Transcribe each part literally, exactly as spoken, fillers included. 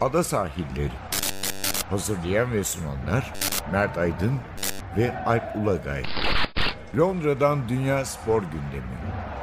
ada sahilleri. Hazırlayan ve sunanlar Mert Aydın ve Alp Ulagay. Londra'dan Dünya Spor Gündemi.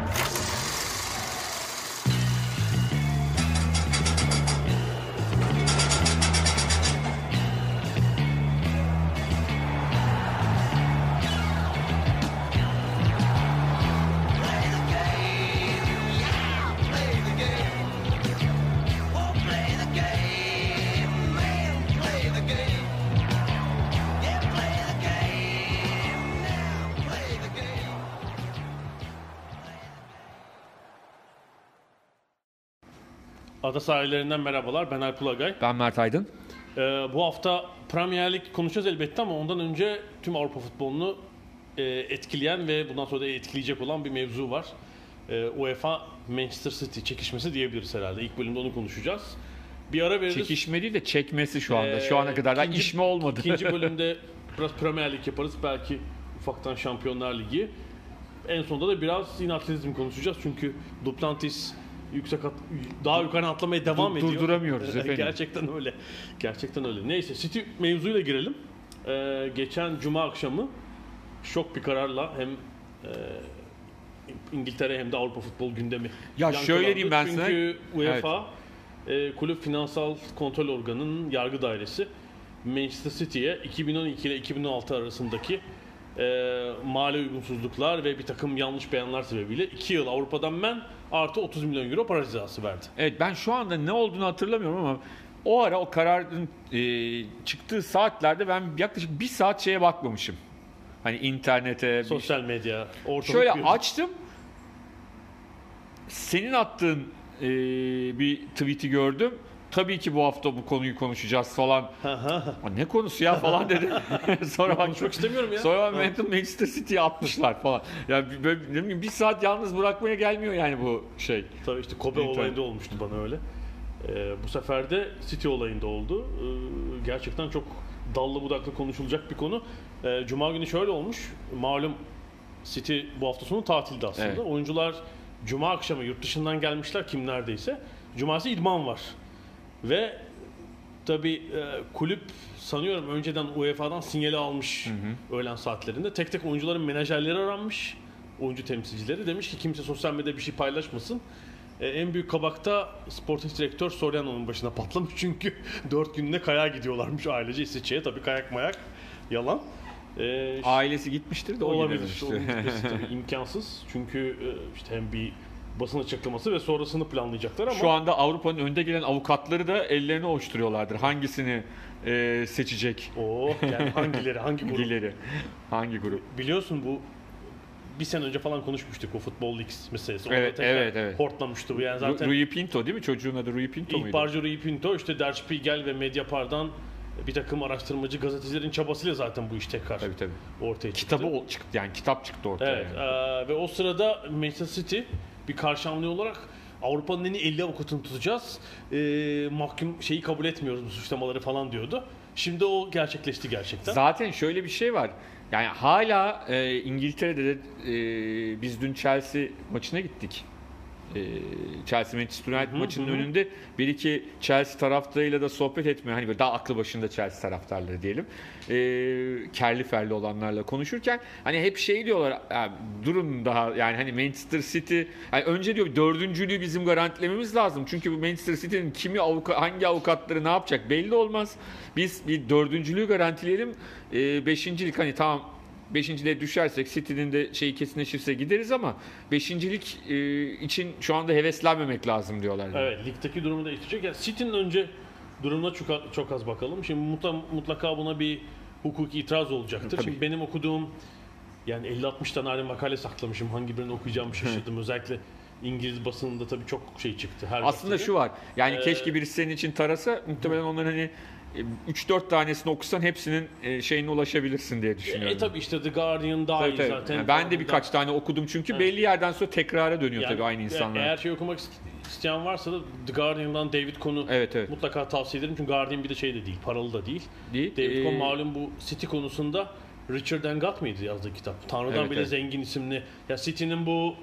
Ada sahillerinden merhabalar. Ben Alp Ulagay. Ben Mert Aydın. Ee, bu hafta Premier Lig konuşacağız elbette ama ondan önce tüm Avrupa futbolunu e, etkileyen ve bundan sonra da etkileyecek olan bir mevzu var. E, UEFA Manchester City çekişmesi diyebiliriz herhalde. İlk bölümde onu konuşacağız. Bir ara veririz. Çekişme değil de çekmesi şu anda. Ee, şu ana kadar da iş mi olmadı? İkinci bölümde biraz Premier Lig yaparız. Belki ufaktan Şampiyonlar Ligi. En sonunda da biraz yine atletizm konuşacağız. Çünkü Duplantis yüksek at, daha yukarı atlamaya devam Dur, ediyor. Durduramıyoruz efendim. Gerçekten öyle. Gerçekten öyle. Neyse, City mevzuyla girelim. Ee, geçen Cuma akşamı şok bir kararla hem e, İngiltere hem de Avrupa futbol gündemi. Ya şöyle diyeyim ben Çünkü sana. Çünkü UEFA evet. e, Kulüp Finansal Kontrol Organı'nın yargı dairesi Manchester City'ye iki bin on iki ile iki bin on altı arasındaki e, mali uygunsuzluklar ve bir takım yanlış beyanlar sebebiyle iki yıl Avrupa'dan men artı otuz milyon euro para cezası verdi. Evet, ben şu anda ne olduğunu hatırlamıyorum ama o ara o kararın e, çıktığı saatlerde ben yaklaşık bir saat şeye bakmamışım. Hani internete, sosyal medya, ortalık. Şöyle bir... açtım. Senin attığın e, bir tweet'i gördüm. Tabii ki bu hafta bu konuyu konuşacağız falan. Ne konusu ya falan dedi. Sonra bak çok istemiyorum ya. Sonra Manchester Manchester City'ye atmışlar falan. Yani böyle ne bileyim bir saat yalnız bırakmaya gelmiyor yani bu şey. Tabii işte Kobe İnternet. Olayında olmuştu bana öyle. Ee, bu sefer de City olayında oldu. Ee, gerçekten çok dallı budaklı konuşulacak bir konu. Ee, Cuma günü şöyle olmuş. Malum City bu hafta sonu tatilde aslında. Evet. Oyuncular Cuma akşamı yurt dışından gelmişler kim neredeyse. Cumartesi idman var. Ve tabii e, kulüp sanıyorum önceden U E F A'dan sinyali almış, hı hı. öğlen saatlerinde. Tek tek oyuncuların menajerleri aranmış, oyuncu temsilcileri. Demiş ki kimse sosyal medyada bir şey paylaşmasın. E, en büyük kabakta sportif direktör Soriano'nun başına patlamış. Çünkü dört günde kayağa gidiyorlarmış ailece İsviçre'ye. Tabii kayak mayak yalan. E, Ailesi gitmiştir de o olabilir. Işte. Onun gitmesi tabii imkansız. Çünkü e, işte hem bir basın açıklaması ve sonrasını planlayacaklar ama... Şu anda Avrupa'nın önde gelen avukatları da ellerini ovuşturuyorlardır. Hangisini e, seçecek? Oo, yani hangileri, hangi grup? Hangileri, hangi grup? Biliyorsun bu bir sene önce falan konuşmuştuk o Futbol Leaks meselesi. Evet, evet, evet. Hortlamıştı bu yani zaten. Rui Pinto değil mi? Çocuğun adı Rui Pinto muydu? İhbarcı Rui Pinto, işte Der Spiegel ve Mediapart'dan bir takım araştırmacı gazetecilerin çabasıyla zaten bu iş tekrar tabii, tabii. ortaya çıktı. Kitabı çıktı yani kitap çıktı ortaya. Evet yani. e, ve o sırada Manchester City bir karşı hamle olarak Avrupa'nın en iyi elli avukatını tutacağız. E, mahkum şeyi kabul etmiyoruz bu suçlamaları falan diyordu. Şimdi o gerçekleşti gerçekten. Zaten şöyle bir şey var. Yani hala e, İngiltere'de de e, biz dün Chelsea maçına gittik. Chelsea Manchester United hı hı, maçının hı. önünde bir iki Chelsea taraftarıyla da sohbet etmeye, hani böyle daha aklı başında Chelsea taraftarları diyelim, e, kerli ferli olanlarla konuşurken hani hep şey diyorlar, yani durun daha, yani hani Manchester City yani önce diyor dördüncülüğü bizim garantilememiz lazım çünkü bu Manchester City'nin kimi avukat, hangi avukatları ne yapacak belli olmaz, biz bir dördüncülüğü garantileyelim, e, beşincilik hani tamam beşinciliğe düşersek City'nin de şeyi kesinleşirse gideriz ama beşincilik e, için şu anda heveslenmemek lazım diyorlar. Yani. Evet, ligdeki durumu değiştirecek. Yani City'nin önce durumuna çok, çok az bakalım. Şimdi mutlaka, mutlaka buna bir hukuki itiraz olacaktır. Tabii. Şimdi benim okuduğum yani elli altmış tane ayrı makale saklamışım. Hangi birini okuyacağımı şaşırdım. Özellikle İngiliz basınında tabii çok şey çıktı. Her Aslında gazetede. Şu var. Yani ee, keşke birisi senin için tarasa muhtemelen onların hani üç dört tanesini okusan hepsinin şeyine ulaşabilirsin diye düşünüyorum. E, e tabii işte The Guardian daha iyi zaten. Yani ben de birkaç tane okudum çünkü evet. belli yerden sonra tekrara dönüyor yani, tabii aynı insanlar. Eğer şey okumak isteyen varsa da The Guardian'dan David Cohn'u evet, evet. mutlaka tavsiye ederim. Çünkü Guardian bir de şey de değil, paralı da değil. değil. David Cohn ee... malum bu City konusunda Richard Engat mıydı yazdığı kitap? Tanrı'dan evet, bile evet. zengin isimli. Ya City'nin bu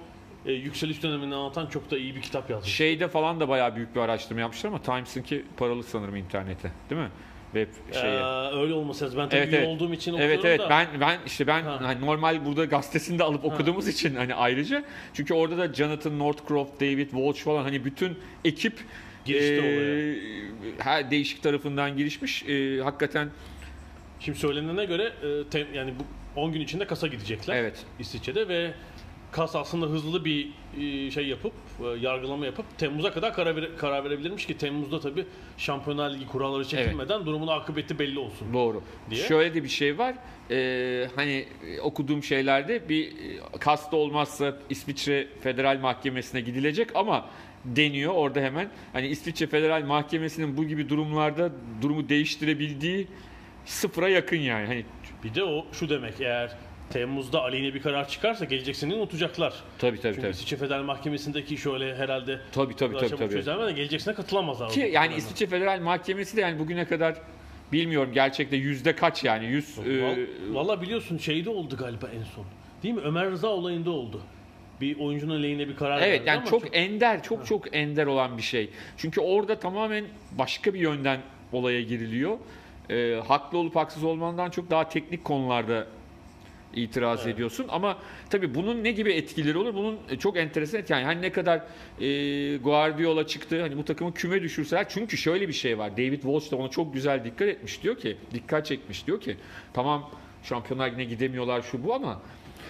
e, yükseliş dönemini anlatan çok da iyi bir kitap yazmış. Şeyde falan da bayağı büyük bir araştırma yapmışlar ama Times'ınki paralı sanırım internete, değil mi? Web şeye. Ee, öyle olması lazım. Ben tabii Evet, üye evet. olduğum için Evet okuyorum evet da. ben ben işte ben Ha. hani normal burada gazetesinde alıp okuduğumuz için hani ayrıca çünkü orada da Jonathan Northcroft, David Walsh falan hani bütün ekip Girişti eee, her değişik tarafından girişmiş. Eee, hakikaten Şimdi söylenene göre e, te- yani bu on gün içinde Kas'a gidecekler. evet. İsviçre'de ve Kas aslında hızlı bir e, şey yapıp e, yargılama yapıp Temmuz'a kadar karar, vere- karar verebilirmiş ki Temmuz'da tabii Şampiyonlar Ligi kuralları çekilmeden durumun akıbeti belli olsun. Doğru. Diye. Şöyle de bir şey var. Ee, hani e, okuduğum şeylerde bir e, kasta olmazsa İsviçre Federal Mahkemesi'ne gidilecek ama deniyor orada hemen. Hani İsviçre Federal Mahkemesi'nin bu gibi durumlarda durumu değiştirebildiği sıfıra yakın yani. Hani Bir de o şu demek, eğer Temmuz'da aleyhine bir karar çıkarsa gelecek sene unutacaklar. tabii tabii Çünkü tabii. İsviçre Federal Mahkemesi'ndeki şöyle herhalde Tabii tabii tabii çabuk tabii. çözülmeden gelecek sene katılamazlar. Ki yani İsviçre Federal Mahkemesi de yani bugüne kadar bilmiyorum gerçekte yüzde kaç yani yüz Val- e, Valla biliyorsun şeyde oldu galiba en son. Değil mi? Ömer Rıza olayında oldu. Bir oyuncunun aleyhine bir karar Evet verdi yani ama çok ender, çok çok ender olan bir şey. Çünkü orada tamamen başka bir yönden olaya giriliyor. Ee, haklı olup haksız olmandan çok daha teknik konularda itiraz Evet. ediyorsun. Ama tabii bunun ne gibi etkileri olur? Bunun çok enteresan yani hani ne kadar e, Guardiola çıktı hani bu takımı küme düşürseler çünkü şöyle bir şey var. David Walsh da ona çok güzel dikkat etmiş diyor ki, dikkat çekmiş diyor ki tamam Şampiyonlar Ligi'ne gidemiyorlar şu bu ama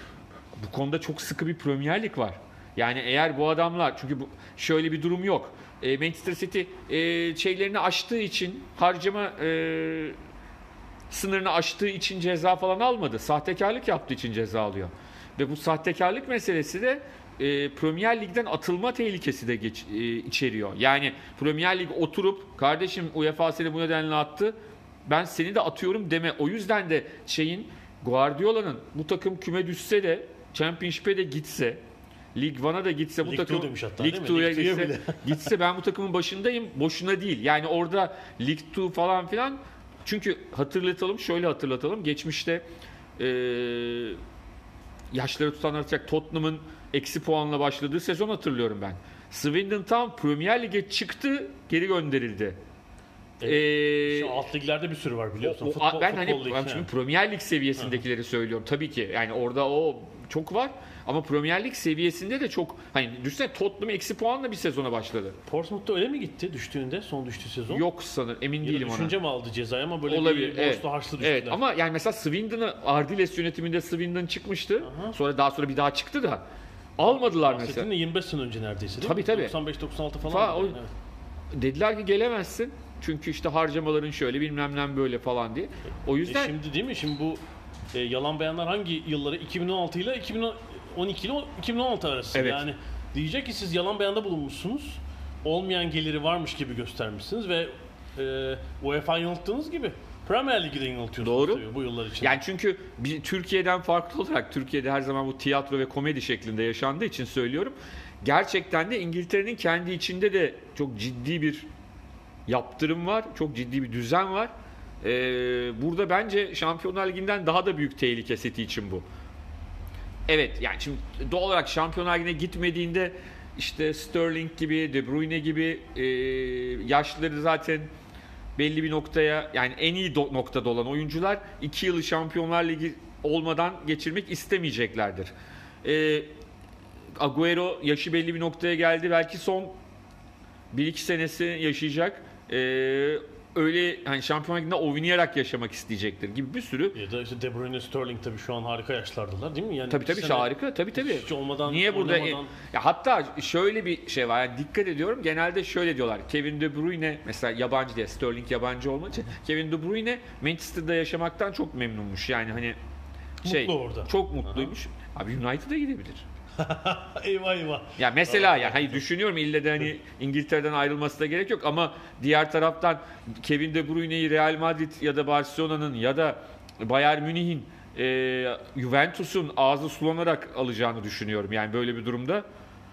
bu konuda çok sıkı bir Premier Lig var. Yani eğer bu adamlar çünkü bu, şöyle bir durum yok. E, Manchester City e, şeylerini aştığı için harcama e, sınırını aştığı için ceza falan almadı. Sahtekarlık yaptığı için ceza alıyor. Ve bu sahtekarlık meselesi de e, Premier Lig'den atılma tehlikesi de geç, e, içeriyor. Yani Premier Lig oturup kardeşim UEFA seni bu nedenle attı. Ben seni de atıyorum deme. O yüzden de şeyin Guardiola'nın bu takım küme düşse de Championship'e de gitse Lig One'a da gitse bu Lig takım Two demiş hatta, Lig değil mi? Two'ya Lig Two'ya gitse, bile. gitse ben bu takımın başındayım. Boşuna değil. Yani orada Lig Two falan filan çünkü hatırlatalım şöyle hatırlatalım. Geçmişte eee yaşları tutan atacak Tottenham'ın eksi puanla başladığı sezon hatırlıyorum ben. Swindon Town Premier Lig'e çıktı, geri gönderildi. Evet. Ee, Şu alt liglerde bir sürü var biliyorsun. o- o- Futbol, ben hani futbol ligi, ben ha. şimdi Premier Lig seviyesindekileri söylüyorum tabii ki. Yani orada o çok var ama Premier Lig seviyesinde de çok hani düşünsene Tottenham eksi puanla bir sezona başladı. Portsmouth'ta öyle mi gitti düştüğünde, son düştüğü sezon? Yok sanırım emin Ya da değilim ona. düşünce mi aldı cezayı ama böyle Olabilir. bir Evet. borçlu harçlı düştüler. Evet ama yani mesela Swindon'ı Ardiles yönetiminde Swindon çıkmıştı. Aha. Sonra daha sonra bir daha çıktı da almadılar mesela. Bahsettiğin de yirmi beş sene önce neredeyse değil Tabii, mi? tabii. doksan beş doksan altı falan. Fa- o- Evet. Dediler ki gelemezsin. Çünkü işte harcamaların şöyle bilmem ne böyle falan diye. O E yüzden şimdi değil mi? Şimdi bu e, yalan beyanlar hangi yılları? iki bin on altı ile iki bin on iki ile iki bin on altı arası. Evet. Yani diyecek ki siz yalan beyanda bulunmuşsunuz. Olmayan geliri varmış gibi göstermişsiniz ve e, UEFA yanılttığınız gibi Premier Lig'i de yanıltıyorsunuz Doğru. tabii bu yıllar için. yani çünkü bir Türkiye'den farklı olarak Türkiye'de her zaman bu tiyatro ve komedi şeklinde yaşandığı için söylüyorum. Gerçekten de İngiltere'nin kendi içinde de çok ciddi bir yaptırım var. Çok ciddi bir düzen var. Ee, burada bence Şampiyonlar Ligi'nden daha da büyük tehlike City için bu. Evet yani şimdi doğal olarak Şampiyonlar Ligi'ne gitmediğinde işte Sterling gibi, De Bruyne gibi e, yaşları zaten belli bir noktaya yani en iyi do- noktada olan oyuncular iki yılı Şampiyonlar Ligi olmadan geçirmek istemeyeceklerdir. E, Agüero yaşı belli bir noktaya geldi. Belki son bir iki senesi yaşayacak. E, öyle hani Şampiyonlar Ligi'nde oynayarak yaşamak isteyecektir gibi bir sürü. Ya da işte De Bruyne, Sterling tabii şu an harika yaşlardılar değil mi? Yani Tabii iki tabii sene harika. Tabii tabii. hiç olmadan, Niye burada oynamadan- ya hatta şöyle bir şey var. Yani dikkat ediyorum. Genelde şöyle diyorlar. Kevin De Bruyne mesela yabancı diye Sterling yabancı olmadığı için Kevin De Bruyne Manchester'da yaşamaktan çok memnunmuş. Yani hani şey Mutlu orada. çok mutluymuş. Abi United'a gidebilir. eyvah eyvah. Ya mesela yani hani düşünüyorum ille de hani İngiltere'den ayrılması da gerek yok ama diğer taraftan Kevin De Bruyne'yi Real Madrid ya da Barcelona'nın ya da Bayern Münih'in e, Juventus'un ağzı sulanarak alacağını düşünüyorum. Yani böyle bir durumda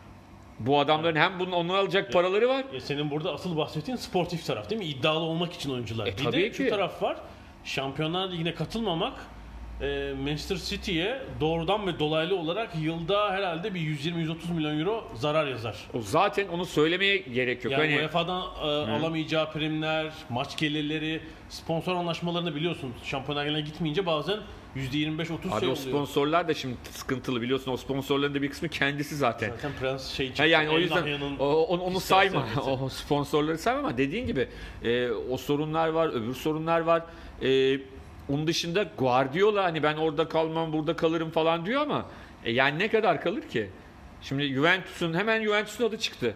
bu adamların hem bunun onu alacak paraları var. Ya senin burada asıl bahsettiğin sportif taraf değil mi? İddialı olmak için oyuncular. E, bir tabii de ki. şu taraf var. Şampiyonlar Ligi'ne katılmamak e, Manchester City'ye doğrudan ve dolaylı olarak yılda herhalde bir yüz yirmi yüz otuz milyon euro zarar yazar. O zaten onu söylemeye gerek yok. Yani Hani U E F A'dan e, alamayacağı primler, maç gelirleri, sponsor anlaşmalarını biliyorsun. Şampiyonlar Ligi'ne gitmeyince bazen yüzde yirmi beş otuz abi şey o oluyor. sponsorlar da şimdi sıkıntılı biliyorsun. O sponsorların da bir kısmı kendisi zaten. Zaten Prens şey çıktı. Ha yani o El yüzden Nahya'nın o, onu, onu ister sayma. sevmesi. O sponsorları sayma ama dediğin gibi e, o sorunlar var, öbür sorunlar var. E, onun dışında Guardiola hani ben orada kalmam, burada kalırım falan diyor ama e, yani ne kadar kalır ki? Şimdi Juventus'un hemen Juventus'un adı çıktı.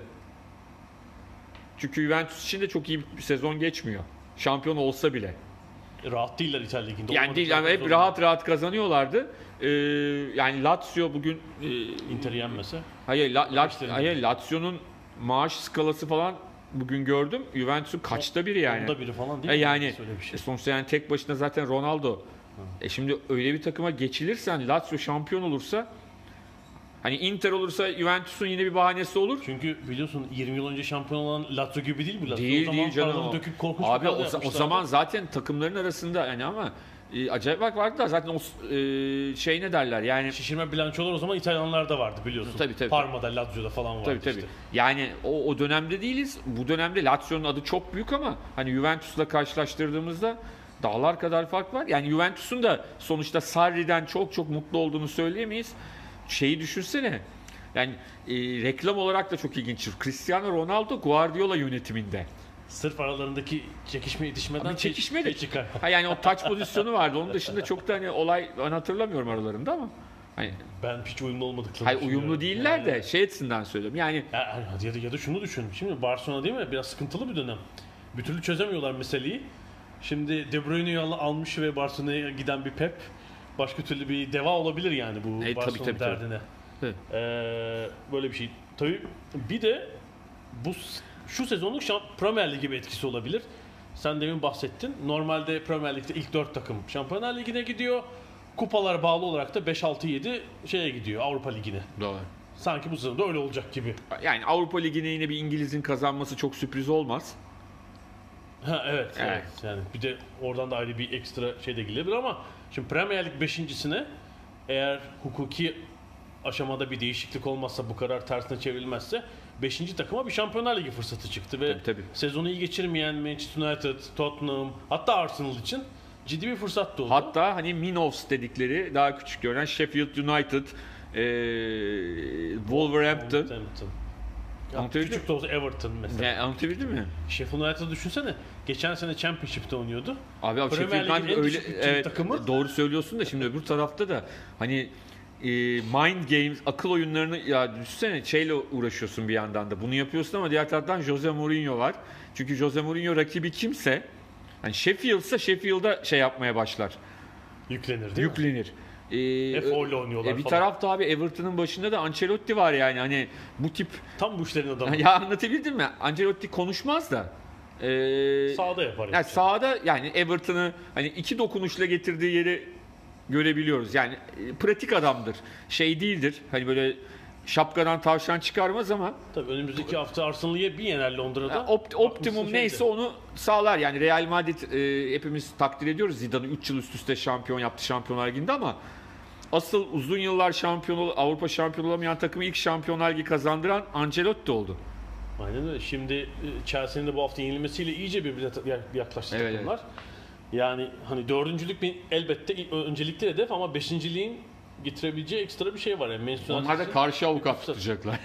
Çünkü Juventus için de çok iyi bir sezon geçmiyor. Şampiyon olsa bile. Rahat değiller İtalya Ligi'nde. Yani değil yani hep rahat rahat kazanıyorlardı. Ee, yani Lazio bugün e, Inter'i yenmese. hayır, La, La, İşlerinde. hayır Lazio'nun maaş skalası falan bugün gördüm. Juventus'un kaçta biri yani. Onda biri falan değil E mi? yani Öyle bir şey. e sonuçta yani tek başına zaten Ronaldo. E şimdi öyle bir takıma geçilirsen Lazio şampiyon olursa hani Inter olursa Juventus'un yine bir bahanesi olur. Çünkü biliyorsun yirmi yıl önce şampiyon olan Lazio gibi değil mi? Lazio Değil o zaman değil canım. paraları o. döküp korkunç Abi bir o, kadro o yapmışlardı. zaman zaten takımların arasında yani ama e, acayip bak vardı da zaten o e, şey ne derler yani Şişirme bilançolar o zaman İtalyanlarda vardı biliyorsun. Tabii, tabii. Parma'da, Lazio'da falan vardı tabii tabii. işte. Yani o, o dönemde değiliz. Bu dönemde Lazio'nun adı çok büyük ama hani Juventus'la karşılaştırdığımızda dağlar kadar fark var. Yani Juventus'un da sonuçta Sarri'den çok çok mutlu olduğunu söyleyemeyiz. Şeyi düşünsene. Yani e, reklam olarak da çok ilginç. Cristiano Ronaldo Guardiola yönetiminde. Sırf aralarındaki çekişme itişmeden Abi çekişme de- şey çıkar. Ha yani o touch pozisyonu vardı. Onun dışında çok da hani olay ben hatırlamıyorum aralarında ama hani Ben hiç uyumlu olmadıklarını hayır, uyumlu düşünüyorum. değiller Yani- de şey açısından söylüyorum. Yani Ya, ya, da, ya da şunu düşün. Şimdi Barcelona değil mi? Biraz sıkıntılı bir dönem. Bir türlü çözemiyorlar meseleyi. Şimdi De Bruyne'yi al- almış ve Barcelona'ya giden bir Pep başka türlü bir deva olabilir yani bu E, tabii, Barcelona tabii, tabii. derdine. Evet. Ee, böyle bir şey. Tabii bir de bu s- şu sezonluk şamp- Premier Ligi bir etkisi olabilir. Sen demin bahsettin. Normalde Premier Lig'de ilk dört takım Şampiyonlar Ligi'ne gidiyor. Kupalar bağlı olarak da beş altı yedi şeye gidiyor Avrupa Ligi'ne. doğru. Sanki bu sezonda öyle olacak gibi. Yani Avrupa Ligi'ne yine bir İngiliz'in kazanması çok sürpriz olmaz. Ha, evet, evet. Evet. Yani bir de oradan da ayrı bir ekstra şey de gelebilir ama şimdi Premier Lig beşincisine eğer hukuki aşamada bir değişiklik olmazsa bu karar tersine çevrilmezse beşinci takıma bir Şampiyonlar Ligi fırsatı çıktı ve Tabii, tabii. sezonu iyi geçirmeyen Manchester United, Tottenham hatta Arsenal için ciddi bir fırsat doğdu. Hatta hani Minos dedikleri daha küçük görünen Sheffield United, e, Wolverhampton. Wolverhampton. Ya Anlatabildim küçük de olsa Everton mesela. Yani anlatabildim mi? Sheffield United'ı düşünsene. Geçen sene Championship'te oynuyordu. Abi, abi Premier Sheffield Lig'in United en öyle düşük evet, takımı. doğru söylüyorsun da şimdi öbür tarafta da hani e, mind games, akıl oyunlarını ya düşünsene şeyle uğraşıyorsun bir yandan da. Bunu yapıyorsun ama diğer taraftan Jose Mourinho var. Çünkü Jose Mourinho rakibi kimse hani Sheffield'sa Sheffield'a şey yapmaya başlar. Yüklenir değil mi? Yüklenir. Ee, Hep öyle oynuyorlar e, bir falan. tarafta abi Everton'ın başında da Ancelotti var yani hani bu tip Tam bu işlerin adamı. ya anlatabildim mi? Ancelotti konuşmaz da ee, Sağda yapar. yani yani. sahada yani Everton'ı hani iki dokunuşla getirdiği yeri görebiliyoruz. Yani e, pratik adamdır. Şey değildir. Hani böyle şapkadan tavşan çıkarmaz ama Tabii önümüzdeki hafta Arsenal'ı bir yener Londra'da. yani opt- optimum Bakmışsın neyse şeyde. onu sağlar. Yani Real Madrid e, hepimiz takdir ediyoruz. Zidane'ı üç yıl üst üste şampiyon yaptı Şampiyonlar Ligi'nde ama asıl uzun yıllar şampiyon ol- Avrupa şampiyonu olamayan takımı ilk Şampiyonlar Ligi kazandıran Ancelotti oldu. Aynen öyle. Şimdi e, Chelsea'nin de bu hafta yenilmesiyle iyice birbirine ta- ya- yaklaştı Evet, takımlar. Yani hani dördüncülük bir elbette ilk- öncelikli hedef ama beşinciliğin getirebileceği ekstra bir şey var. Yani Manchester Onlar da United'ın- karşı avukat tutacaklar.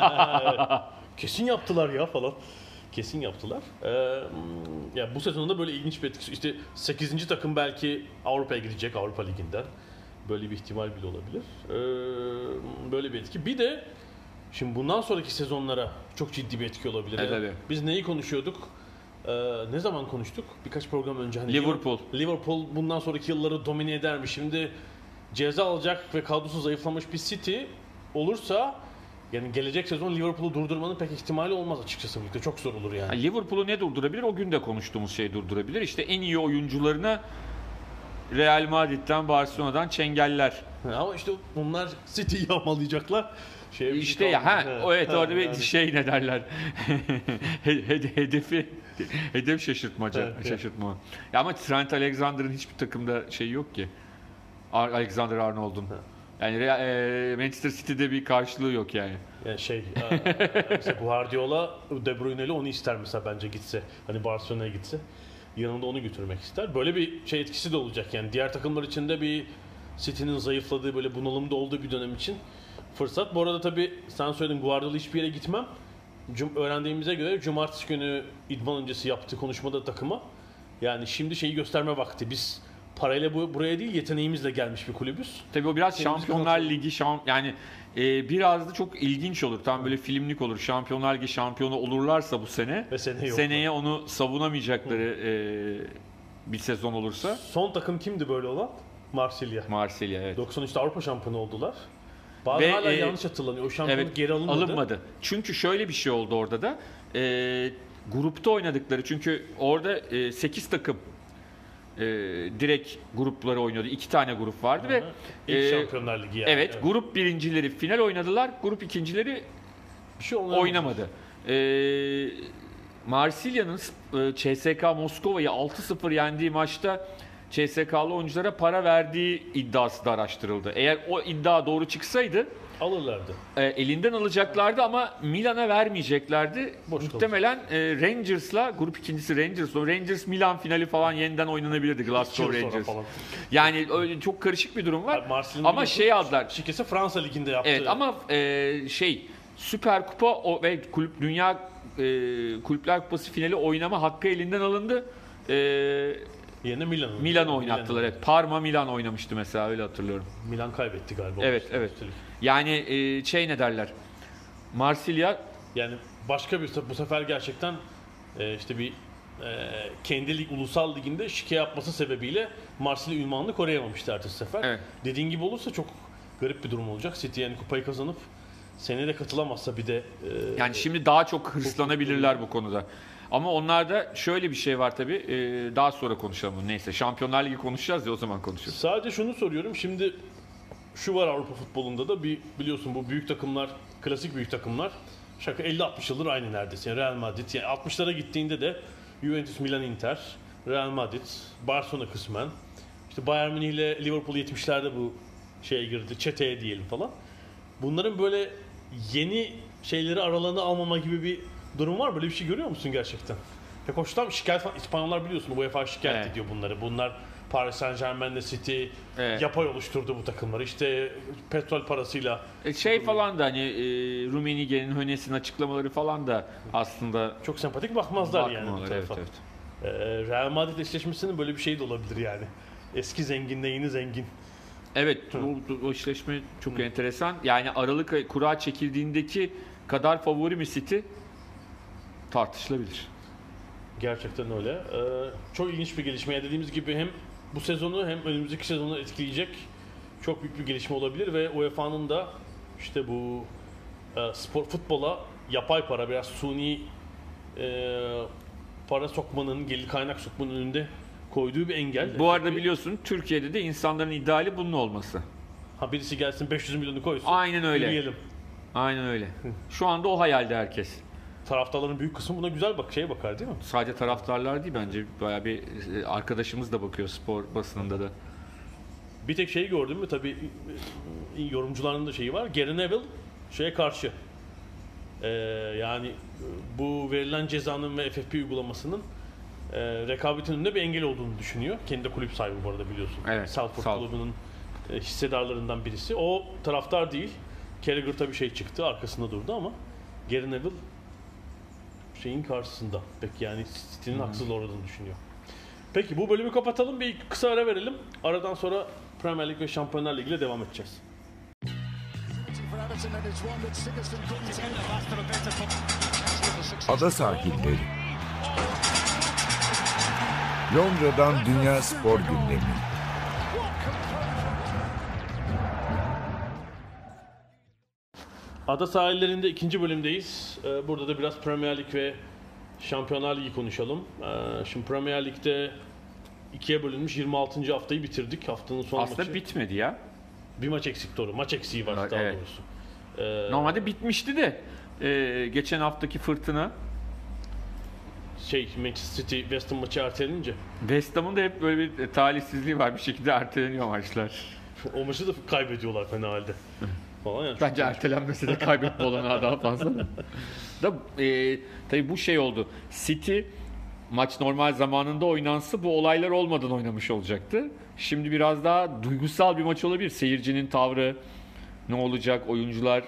Kesin yaptılar ya falan. Kesin yaptılar. Ee, ya bu sezonda böyle ilginç bir etkisi. İşte sekizinci takım belki Avrupa'ya gidecek Avrupa Ligi'nden. Böyle bir ihtimal bile olabilir. Ee, böyle bir etki. Bir de şimdi bundan sonraki sezonlara çok ciddi bir etki olabilir. Evet, Yani tabii. biz neyi konuşuyorduk? Ee, ne zaman konuştuk? Birkaç program önce. Hani Liverpool. Liverpool bundan sonraki yılları domine eder mi? Şimdi ceza alacak ve kadrosu zayıflamış bir City olursa yani gelecek sezon Liverpool'u durdurmanın pek ihtimali olmaz açıkçası. Birlikte çok zor olur yani. Yani Liverpool'u ne durdurabilir? O gün de konuştuğumuz şey durdurabilir. İşte en iyi oyuncularına Real Madrid'den, Barcelona'dan çengeller. Ama işte onlar City'yi yağmalayacaklar. Şeye bir şey İşte ya ha kalmadı. evet orada bir yani. şey ne derler. He- hedefi hedef şaşırtmaca, Evet, evet. şaşırtma. Ya ama Trent Alexander'ın hiçbir takımda şeyi yok ki. Alexander Arnold'un. Yani e, Manchester City'de bir karşılığı yok yani. Yani şey, e, mesela Guardiola De Bruyne'li onu ister mesela bence gitse. Hani Barcelona'ya gitse. Yanında onu götürmek ister. Böyle bir şey etkisi de olacak yani. Diğer takımlar için de bir City'nin zayıfladığı, böyle bunalımda olduğu bir dönem için fırsat. Bu arada tabii sen söyledin, Guardiola hiçbir yere gitmem. Cum- öğrendiğimize göre cumartesi günü idman öncesi yaptığı konuşmada takıma, yani şimdi şeyi gösterme vakti. Biz parayla bu, buraya değil yeteneğimizle gelmiş bir kulübüz. Tabii o biraz Kendimizi Şampiyonlar kontrol- Ligi şamp yani e, biraz da çok ilginç olur. Tam böyle filmlik olur. Şampiyonlar Ligi şampiyonu olurlarsa bu sene Ve seneye yok. seneye onu savunamayacakları e, bir sezon olursa Son takım kimdi böyle olan? Marsilya. Marsilya evet. doksan üçte Avrupa şampiyonu oldular. Bazı Ve, hala e, yanlış hatırlanıyor. O şampiyonluk Evet, geri alınmadı. alınmadı. Çünkü şöyle bir şey oldu orada da. E, grupta oynadıkları, çünkü orada e, sekiz takım e, direkt grupları oynuyordu. iki tane grup vardı ve İlk e, Şampiyonlar Ligi yani. evet, grup birincileri final oynadılar. Grup ikincileri Bir şey oynamadı. oynamadı. E, Marsilya'nın e, C S K A Moskova'yı altı sıfır yendiği maçta C S K A'lı oyunculara para verdiği iddiası da araştırıldı. Eğer o iddia doğru çıksaydı Alırlardı. e, elinden alacaklardı ama Milan'a vermeyeceklerdi. Boş Muhtemelen e, Rangers'la, grup ikincisi Rangers, o Rangers Milan finali falan yeniden oynanabilirdi, Glasgow İki yıl sonra Rangers. falan. Yani öyle çok karışık bir durum var. Abi Marsilya'nın Ama biliyorsun, şey aldılar. şirketi Fransa Ligi'nde yaptı. Evet ama e, şey Süper Kupa o, ve kulüp Dünya e, Kulüpler Kupası finali oynama hakkı elinden alındı. E, Yerine Milan'ı. Milan oynattılar. Evet. Parma Milan oynamıştı mesela, öyle hatırlıyorum. Milan kaybetti galiba. Evet, olmuştu evet. üstelik. Yani e, şey ne derler? Marsilya Yani başka bir bu sefer gerçekten e, işte bir e, kendi lig, ulusal liginde şike yapması sebebiyle Marsilya ünvanını koruyamamıştı ertesi sefer. Evet. Dediğin gibi olursa çok garip bir durum olacak. City yani kupayı kazanıp seneye de katılamazsa bir de e, yani şimdi daha çok hırslanabilirler bu konuda. Ama onlarda şöyle bir şey var tabii. e, daha sonra konuşalım. Neyse, Şampiyonlar Ligi konuşacağız ya, o zaman konuşuruz. sadece şunu soruyorum. Şimdi şu var Avrupa futbolunda da, bir biliyorsun bu büyük takımlar, klasik büyük takımlar şaka elli altmış yıldır aynı neredeyse. Yani Real Madrid, yani altmışlara gittiğinde de Juventus, Milan, Inter, Real Madrid, Barcelona kısmen. İşte Bayern Münih ile Liverpool yetmişlerde bu şeye girdi, çeteye diyelim falan. Bunların böyle yeni şeyleri aralarına almama gibi bir durum var. Böyle bir şey görüyor musun gerçekten? Pek hoşlan şikayet falan. İspanyollar biliyorsun UEFA şikayet Evet. ediyor bunları. Bunlar Paris Saint Germain'le City Evet. yapay oluşturdu bu takımları. İşte petrol parasıyla. E, şey falan da hani e, Rummenigge'nin, Hönes'in açıklamaları falan da aslında Çok sempatik bakmazlar yani bu bakmıyorlar. Evet, tarafa. evet. Ee, Real Madrid eşleşmesinin böyle bir şey de olabilir yani. Eski zenginle yeni zengin. Evet, bu, bu eşleşme çok enteresan. Yani Aralık ayı kura çekildiğindeki kadar favori mi City tartışılabilir. Gerçekten öyle. Ee, çok ilginç bir gelişme. Yani dediğimiz gibi hem bu sezonu hem önümüzdeki sezonu etkileyecek çok büyük bir gelişme olabilir ve U E F A'nın da işte bu e, spor futbola yapay para, biraz suni e, para sokmanın, gelir kaynak sokmanın önünde koyduğu bir engel. Bu arada Bir- biliyorsun Türkiye'de de insanların ideali bunun olması. Ha, birisi gelsin beş yüz milyonu koysun. Aynen öyle. Yürüyelim. Aynen öyle. Şu anda o hayalde herkes. Taraftarların büyük kısmı buna güzel bak şeye bakar değil mi? Sadece taraftarlar değil, bence bayağı bir e, arkadaşımız da bakıyor spor basınında da. Bir tek şeyi gördüm mü tabii, e, yorumcuların da şeyi var. Gary Neville şeye karşı. Ee, yani e, bu verilen cezanın ve F F P uygulamasının e, rekabetin önünde bir engel olduğunu düşünüyor. Kendi de kulüp sahibi bu arada biliyorsun. Evet, Salford Salford. Club'unun e, hissedarlarından birisi. O taraftar değil. Carragher tabii şey çıktı, arkasında durdu ama Gary Neville şeyin karşısında. Peki yani City'nin haksız olduğunu düşünüyor. Peki bu bölümü kapatalım, bir kısa ara verelim. Aradan sonra Premier Lig ve Şampiyonlar Ligi ile devam edeceğiz. Ada sahilleri. Londra'dan Dünya Spor Gündemi. Ada sahillerinde ikinci bölümdeyiz. Ee, Burada da biraz Premier Lig ve Şampiyonlar Ligi konuşalım. Ee, Şimdi Premier Lig'de ikiye bölünmüş yirmi altıncı haftayı bitirdik. Haftanın son Aslında maçı. bitmedi ya. Bir maç eksik doğru. Maç eksiği var Evet, daha evet. doğrusu. Ee, Normalde bitmişti de e, geçen haftaki fırtına, Şey Manchester City West Ham maçı ertelenince. West Ham'ın da hep böyle bir talihsizliği var, bir şekilde erteleniyor maçlar. O maçı da kaybediyorlar fena halde. Falan yani. Bence ertelenmesi de kaybetme olanağı daha fazla. Da e, tabii bu şey oldu. City maç normal zamanında oynansa bu olaylar olmadan oynamış olacaktı. Şimdi biraz daha duygusal bir maç olabilir. Seyircinin tavrı ne olacak, oyuncular,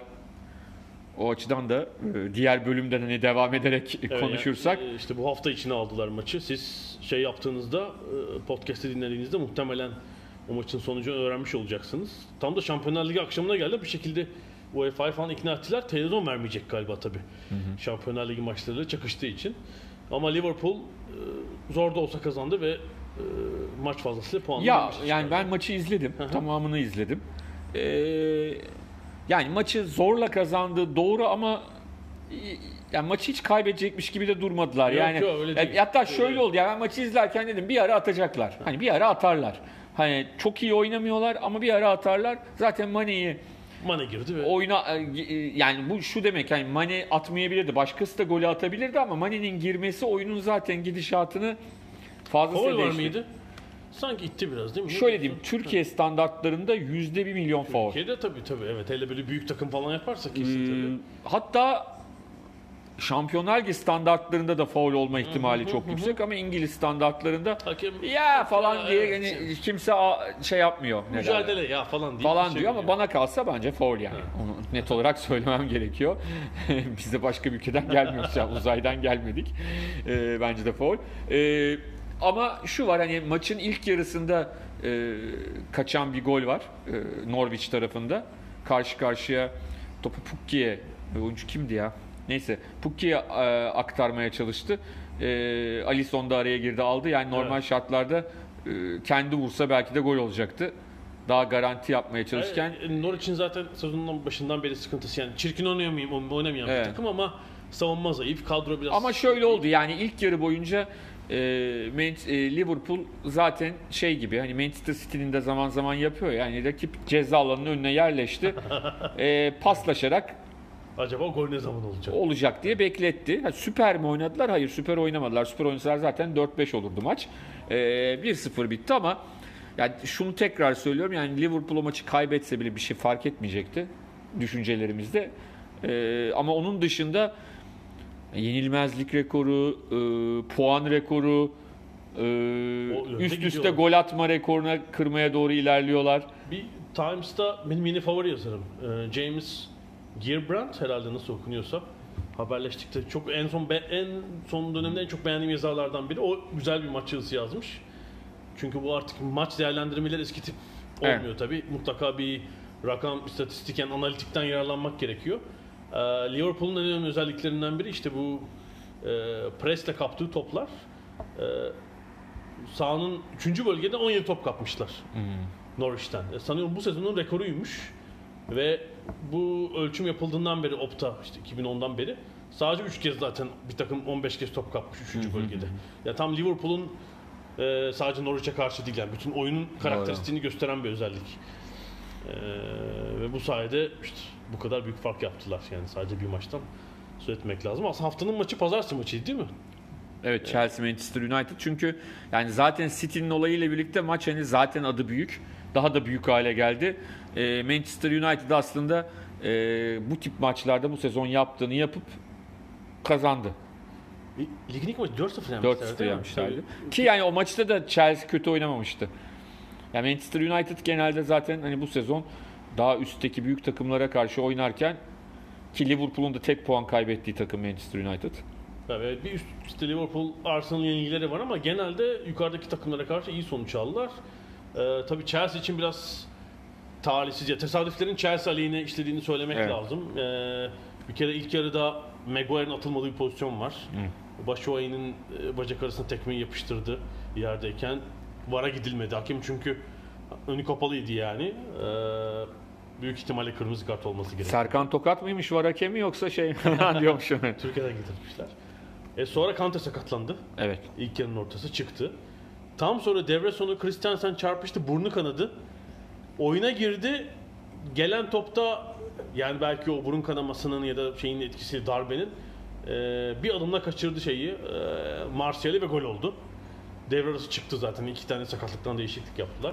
o açıdan da e, diğer bölümden hani devam ederek Evet, konuşursak. Yani, işte bu hafta içine aldılar maçı. Siz şey yaptığınızda, e, podcast'i dinlediğinizde muhtemelen o maçın sonucunu öğrenmiş olacaksınız. Tam da Şampiyonlar Ligi akşamına geldi. Bir şekilde U E F A'yı falan ikna ettiler. Televizyon vermeyecek galiba tabii. Hı hı. Şampiyonlar Ligi maçlarıyla çakıştığı için. Ama Liverpool e, zor da olsa kazandı ve e, maç fazlasıyla puanlı. Ya yani ben maçı izledim. Hı hı. Tamamını izledim. Ee, yani maçı zorla kazandı doğru ama yani maçı hiç kaybedecekmiş gibi de durmadılar. Yok, yani yok, öyle değil. Hatta şöyle öyle. oldu. Yani ben maçı izlerken dedim bir ara atacaklar. Hani bir ara atarlar. Hani çok iyi oynamıyorlar ama bir ara atarlar. Zaten Mane'yi Mane girdi ve oyuna yani bu şu demek yani Mane atmayabilirdi. Başkası da golü atabilirdi ama Mane'nin girmesi oyunun zaten gidişatını fazlasıyla faul var değiştirdi. mıydı? Sanki itti biraz değil mi? Şöyle diyeyim, Türkiye standartlarında yüzde bir milyon faul. Türkiye'de tabii tabii evet. Hele böyle büyük takım falan yaparsa kesin Ee, tabii. hatta Şampiyonlar Ligi standartlarında da faul olma ihtimali çok yüksek ama İngiliz standartlarında Hakem ya falan Ya, diye evet. yani kimse a- şey yapmıyor. ne derler? Mücadele ya falan diye. Falan bir şey diyor ama diyor. bana kalsa bence faul yani. Onu net olarak söylemem gerekiyor. Biz de başka bir ülkeden gelmiyoruz ya, uzaydan gelmedik. Ee, bence de faul. Ee, ama şu var hani maçın ilk yarısında e, kaçan bir gol var e, Norwich tarafında. Karşı karşıya topu Pukki'ye, oyuncu kimdi ya? Neyse Pukki'ye e, aktarmaya çalıştı. E, Alisson da araya girdi aldı. Yani normal Evet. şartlarda e, kendi vursa belki de gol olacaktı. Daha garanti yapmaya çalışırken. Yani, Norwich'in zaten sezonun başından beri sıkıntısı yani çirkin oynamayan, oynamayan Evet. bir takım ama savunma zayıf, kadro biraz. Ama şöyle oldu yani ilk yarı boyunca e, Man- e, Liverpool zaten şey gibi hani Manchester City'nin de zaman zaman yapıyor yani rakip ceza alanının önüne yerleşti. e, paslaşarak Acaba gol ne zaman olacak? olacak diye bekletti. Ha, süper mi oynadılar? Hayır, süper oynamadılar. Süper oynasalar zaten dört beş olurdu maç. Ee, bir sıfır bitti ama yani şunu tekrar söylüyorum yani Liverpool o maçı kaybetse bile bir şey fark etmeyecekti düşüncelerimizde. Ee, ama onun dışında yenilmezlik rekoru, e, puan rekoru, e, önde üst üste gidiyorlar. gol atma rekoruna kırmaya doğru ilerliyorlar. Bir Times'ta benim yeni favori yazarım. Ee, James Gilbrand herhalde nasıl okunuyorsa haberleştik de çok en son be, en son dönemde en çok beğendiğim yazarlardan biri. O güzel bir maç yazısı yazmış. Çünkü bu artık maç değerlendirmeleri eski tip olmuyor Evet. tabii. Mutlaka bir rakam, istatistiken, analitikten yararlanmak gerekiyor. Ee, Liverpool'un en önemli özelliklerinden biri işte bu e, presle kaptığı toplar. E, sahanın üçüncü bölgede on yedi top kapmışlar. Norwich'ten. E, sanıyorum bu sezonun rekoruymuş. Ve bu ölçüm yapıldığından beri Opta işte iki bin ondan beri sadece üç kez zaten bir takım on beş kez top kapmış üçüncü bölgede. Ya tam Liverpool'un e, sadece Norwich'e karşı değil yani bütün oyunun karakteristiğini gösteren bir özellik. E, ve bu sayede işte bu kadar büyük fark yaptılar yani sadece bir maçtan söz etmek lazım. Aslında haftanın maçı pazartesi maçıydı değil mi? Evet, Chelsea Manchester United çünkü yani zaten City'nin olayıyla birlikte maç hani zaten adı büyük. Daha da büyük hale geldi. Ee, Manchester United aslında e, bu tip maçlarda bu sezon yaptığını yapıp kazandı. Ligin ilk maçı dört sıfır yenmişler. dört sıfır değil mi? yenmişlerdi. Ki yani o maçta da Chelsea kötü oynamamıştı. Yani Manchester United genelde zaten hani bu sezon daha üstteki büyük takımlara karşı oynarken ki Liverpool'un da tek puan kaybettiği takım Manchester United. Evet, bir üst üste Liverpool, Arsenal yenilgileri var ama genelde yukarıdaki takımlara karşı iyi sonuç aldılar. Ee, tabii Chelsea için biraz talihsiz ya tesadüflerin Chelsea aleyhine işlediğini söylemek Evet. lazım. Ee, bir kere ilk yarıda Maguire'ın atılmadığı bir pozisyon var. Batshuayi'nin e, bacak arasına tekmeyi yapıştırdı yerdeyken. V A R'a gidilmedi hakem çünkü önü kapalıydı yani. Ee, büyük ihtimalle kırmızı kart olması gerekiyor. Serkan Tokat mıymış var hakemi yoksa şey falan diyormuşum. Türkiye'den getirmişler. E sonra Kante sakatlandı. Evet. İlk yarının ortası çıktı. Tam sonra devre sonu Christensen çarpıştı, burnu kanadı. Oyuna girdi. Gelen topta yani belki o burun kanamasının ya da şeyin etkisi darbenin e, bir adımla kaçırdı şeyi. E, Martial'i ve gol oldu. Devre arası çıktı zaten. İki tane sakatlıktan değişiklik yaptılar.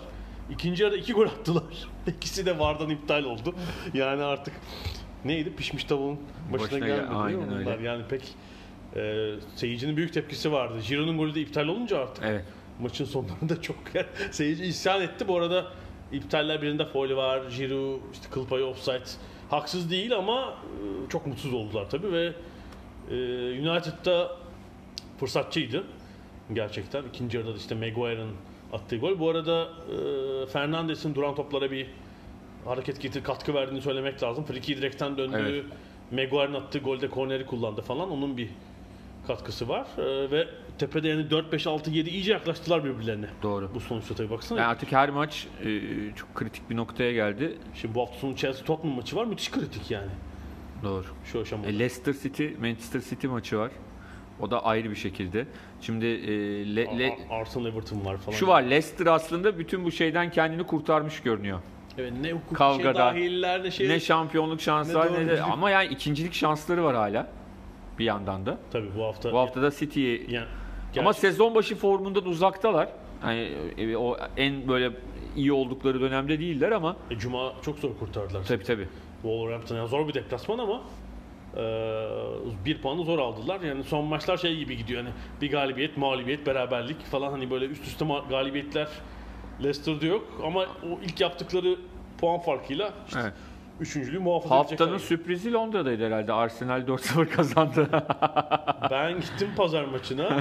İkinci yarıda iki gol attılar. İkisi de V A R'dan iptal oldu. Yani artık neydi? Pişmiş tavuğun başına, Başına gelmedi gel- değil mi aynen bunlar? öyle. Yani pek e, seyircinin büyük tepkisi vardı. Giroud'un golü de iptal olunca artık Evet. maçın sonlarında çok seyirci isyan etti. Bu arada iptaller birinde faul var. Giroud işte kıl payı offside. Haksız değil ama e, çok mutsuz oldular tabii ve e, United'da fırsatçıydı gerçekten. İkinci yarıda da işte Maguire'ın attığı gol. Bu arada e, Fernandes'in duran toplara bir hareket getir katkı verdiğini söylemek lazım. Friki direkten döndüğü, Evet. Maguire'ın attığı golde korneri kullandı falan. Onun bir katkısı var. E, ve tepede yani dört beş altı yedi iyice yaklaştılar birbirlerine. Doğru. Bu sonuçta tabii baksana. Yani artık her maç e, çok kritik bir noktaya geldi. Şimdi bu hafta sonu Chelsea Tottenham maçı var. Müthiş kritik yani. Doğru. Şu aşamada. E, Leicester City, Manchester City maçı var. O da ayrı bir şekilde. Şimdi e, Le- Le- Ar- Arsenal Everton var falan. şu var, Leicester aslında bütün bu şeyden kendini kurtarmış görünüyor. Evet, ne hukuk Kavgada, şey dahiller ne şey. Ne şampiyonluk şansı ne var ne de doğruculuk. ama yani ikincilik şansları var hala bir yandan da. Tabii bu hafta. Bu hafta da City'ye yani, ama gerçi- sezon başı formundan uzaktalar. Yani e, o en böyle iyi oldukları dönemde değiller ama E, Cuma çok zor kurtardılar. tabii tabii. Wolverhampton yani zor bir deplasman ama e, bir puanı zor aldılar. Yani son maçlar şey gibi gidiyor. Hani bir galibiyet, mağlubiyet, beraberlik falan hani böyle üst üste ma- galibiyetler Leicester'da yok ama o ilk yaptıkları puan farkıyla işte Evet. üçüncülüğü muhafaza Haftanın edecekler. sürprizi Londra'daydı herhalde. Arsenal dört sıfır kazandı. Ben gittim pazar maçına.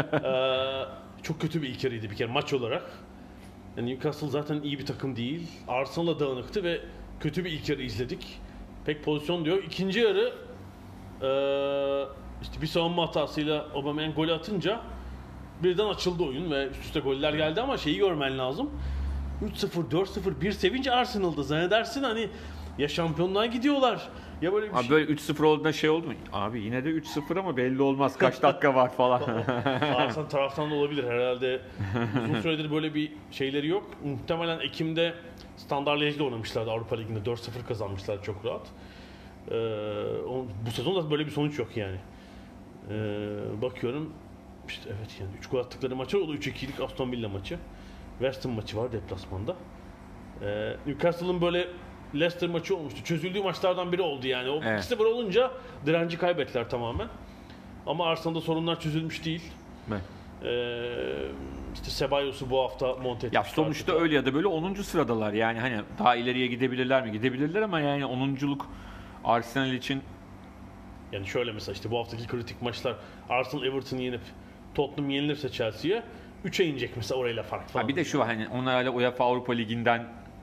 Ee, çok kötü bir ilk yarıydı bir kere maç olarak. Yani Newcastle zaten iyi bir takım değil. Arsenal'a dağınıktı ve kötü bir ilk yarı izledik. Pek pozisyon diyor. İkinci yarı ee, işte bir savunma hatasıyla Aubameyang golü atınca birden açıldı oyun ve üst üste goller geldi ama şeyi görmen lazım. üç sıfır, dört sıfır, bir sevince Arsenal'da zannedersin hani ya şampiyonluğa gidiyorlar ya böyle bir Abi şey. böyle üç sıfır olduğunda şey oldu mu? Abi yine de üç sıfır ama belli olmaz kaç dakika var falan. Arsenal taraftan da olabilir herhalde. Uzun süredir böyle bir şeyleri yok. Muhtemelen Ekim'de Standard Liège'de oynamışlardı Avrupa Ligi'nde. dört sıfır kazanmışlar çok rahat. Ee, o- bu sezon da böyle bir sonuç yok yani. Ee, bakıyorum işte evet yani üç gol attıkları maçı o da üç ikilik Aston Villa maçı. West Ham maçı var deplasmanda. Ee, Newcastle'ın böyle Leicester maçı olmuştu. Çözüldüğü maçlardan biri oldu yani. O Evet. iki sıfır olunca direnci kaybettiler tamamen. Ama Arsenal'da sorunlar çözülmüş değil. Evet. Ee, işte Cebalos'u bu hafta monte etmişler. Ya sonuçta öyle ya da böyle onuncu sıradalar. Yani hani daha ileriye gidebilirler mi? Gidebilirler ama yani onunculuk Arsenal için Yani şöyle mesela işte bu haftaki kritik maçlar Arsenal Everton'ı yenip Tottenham yenilirse Chelsea'ye üçe inecek mesela orayla fark falan. ha bir de şu var hani onlar hala UEFA Avrupa Ligi'nden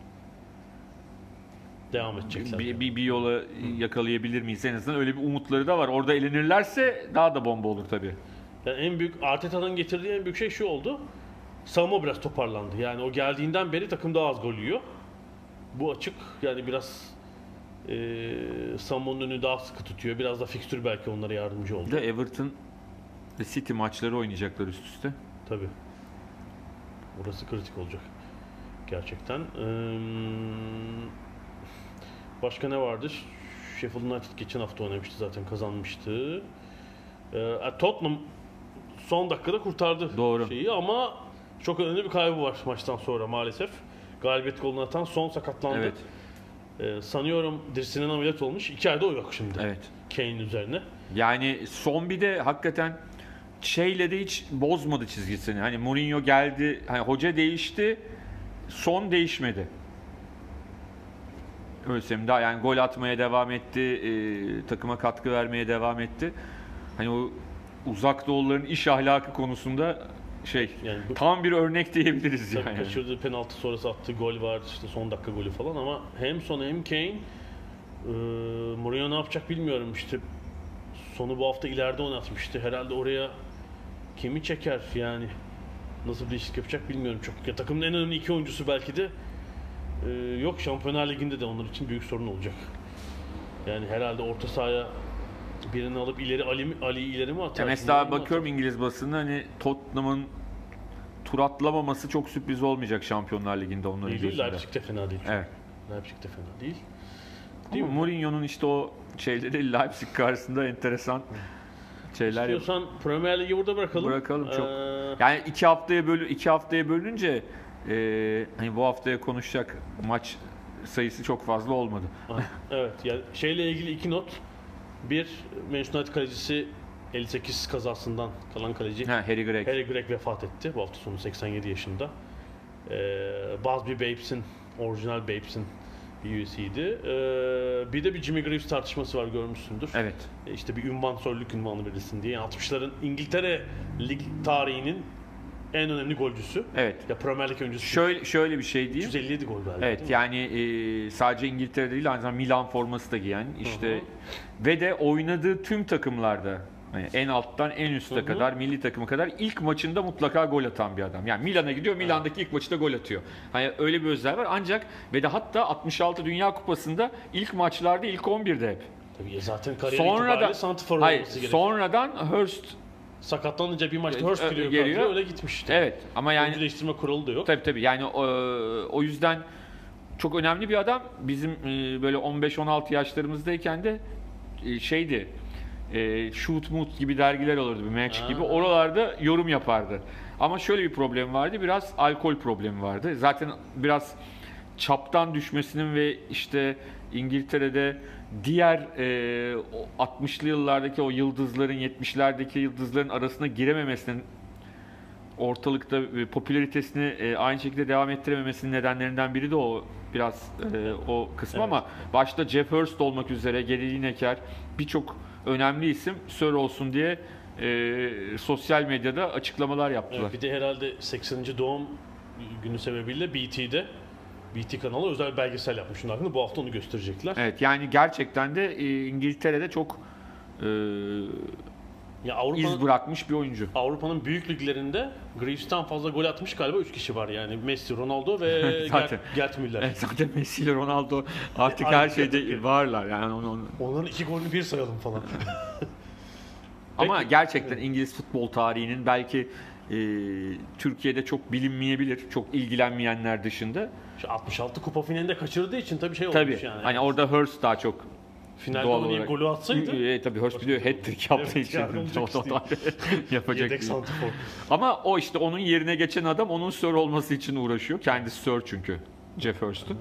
devam edecekler. bir, bir, bir yola yakalayabilir miyiz en azından öyle bir umutları da var. Orada elenirlerse daha da bomba olur tabii. Yani en büyük Arteta'nın getirdiği en büyük şey şu oldu. Savunma biraz toparlandı. Yani o geldiğinden beri takım daha az gol yiyor. Bu açık. Yani biraz e, savunmanın önünü daha sıkı tutuyor. Biraz da fikstür belki onlara yardımcı Bir oldu. de Everton ve City maçları oynayacaklar üst üste. Tabii. Burası kritik olacak. Gerçekten. Ee, başka ne vardı? Sheffield United geçen hafta oynamıştı zaten kazanmıştı. Ee, Tottenham son dakikada kurtardı Doğru. şeyi ama çok önemli bir kaybı var maçtan sonra maalesef. Galibiyet golünü atan son sakatlandı. Evet. Ee, sanıyorum dirseğinden ameliyat olmuş. İki ayda o yok şimdi. Evet. Kane'in üzerine. Yani son bir de hakikaten şeyle de hiç bozmadı çizgisini. Hani Mourinho geldi, hani hoca değişti, son değişmedi. Öyle söyleyeyim daha yani gol atmaya devam etti, e, takıma katkı vermeye devam etti. Hani o uzak doğuların iş ahlakı konusunda şey Yani bu- tam bir örnek diyebiliriz Tabii yani. kaçırdığı penaltı sonrası attığı gol var, işte son dakika golü falan ama hem Son hem Kane e, Mourinho ne yapacak bilmiyorum işte sonu bu hafta ileride oynatmıştı. Herhalde oraya kimi çeker yani nasıl bir değişiklik yapacak bilmiyorum çok. Ya, takımın en önemli iki oyuncusu belki de e, yok Şampiyonlar Ligi'nde de onlar için büyük sorun olacak. Yani herhalde orta sahaya birini alıp ileri Ali, Ali ileri mi atar? Ya mesela Mourinho mu bakıyorum İngiliz basını hani Tottenham'ın tur atlamaması çok sürpriz olmayacak Şampiyonlar Ligi'nde onların Değil, değil, gözünde. Leipzig de fena değil. Evet. Leipzig de fena değil. Ama Mourinho'nun işte o şeyleri Leipzig karşısında enteresan şeyler yapıyor. İstiyorsan Premier Ligi burada bırakalım. Bırakalım çok. Ee, Yani iki haftaya bölü iki haftaya bölünce e, hani bu haftaya konuşacak maç sayısı çok fazla olmadı. Evet, yani şeyle ilgili iki not. Bir, Manchester United kalecisi elli sekiz kazasından kalan kaleci Ha, Harry Gregg. Harry Gregg vefat etti bu hafta sonu seksen yedi yaşında. Ee, Busby Babes'in, orijinal Babes'in bir üyesiydi. Ee, bir de bir Jimmy Greaves tartışması var, görmüşsündür. Evet. Ee, işte bir ünvan, sörlük ünvanı verilsin diye. Yani altmışların İngiltere lig tarihinin en önemli golcüsü. Evet. Ya Premier Lig öncüsü. Şöyle şöyle bir şey diyeyim. üç yüz elli yedi gol galiba. Evet, yani e, sadece İngiltere'de değil, aynı zamanda Milan forması da giyen işte Hı hı. ve de oynadığı tüm takımlarda, yani en alttan en üste Hı hı. kadar, milli takımı kadar ilk maçında mutlaka gol atan bir adam. Yani Milan'a gidiyor, Milan'daki ilk maçta gol atıyor. Hani öyle bir özelliği var. Ancak ve de hatta altmış altı Dünya Kupası'nda ilk maçlarda ilk on birde hep. Tabii zaten kariyer Sonradan itibariyle santifor hayır, olması gerekiyor. sonradan Hurst Sakatlanınca bir maçta Ö- Hurst geliyor, geliyor. kadroya, öyle gitmiş işte. evet ama yani Oyuncu değiştirme kuralı da yok. tabii tabii yani o, o yüzden çok önemli bir adam. Bizim e, böyle on beş on altı yaşlarımızdayken de e, şeydi, e, Shoot Mood gibi dergiler olurdu, bir Match Ha. gibi, oralarda yorum yapardı. Ama şöyle bir problem vardı, biraz alkol problemi vardı. Zaten biraz çaptan düşmesinin ve işte İngiltere'de diğer e, o altmışlı yıllardaki o yıldızların, yetmişlerdeki yıldızların arasına girememesinin, ortalıkta e, popülaritesini e, aynı şekilde devam ettirememesinin nedenlerinden biri de o biraz e, o kısmı. Evet. Ama başta Jeff Hurst olmak üzere Gary Lineker, birçok önemli isim Sir olsun diye e, sosyal medyada açıklamalar yaptılar. Evet, bir de herhalde sekseninci doğum günü sebebiyle B T'de B T kanalı özel belgesel yapmış bunun hakkında. Bu hafta onu gösterecekler. Evet, yani gerçekten de e, İngiltere'de çok e, Ya Avrupa iz bırakmış bir oyuncu. Avrupa'nın büyük liglerinde Greaves'tan fazla gol atmış galiba üç kişi var yani. Messi, Ronaldo ve Zaten. Gert, Gert Müller. Evet, zaten Messi ile Ronaldo artık Aynı her şeyde kategori. varlar. Yani onu, onu. Onların iki golünü bir sayalım falan. Ama Peki. gerçekten İngiliz futbol tarihinin belki e, Türkiye'de çok bilinmeyebilir, çok ilgilenmeyenler dışında. Şu altmış altı kupa finalinde kaçırdığı için tabii şey olmuş Tabii. yani. Hani orada Hurst daha çok finalde doğal oynayıp olarak. golü atsaydı. E, tabii Hurst biliyor, hat-trick yaptığı Evet, için yani olacak o da yapacak Yedek değil. santifor. Ama o işte onun yerine geçen adam onun Sir olması için uğraşıyor. Kendisi Sir çünkü. Jeff Hurst'un.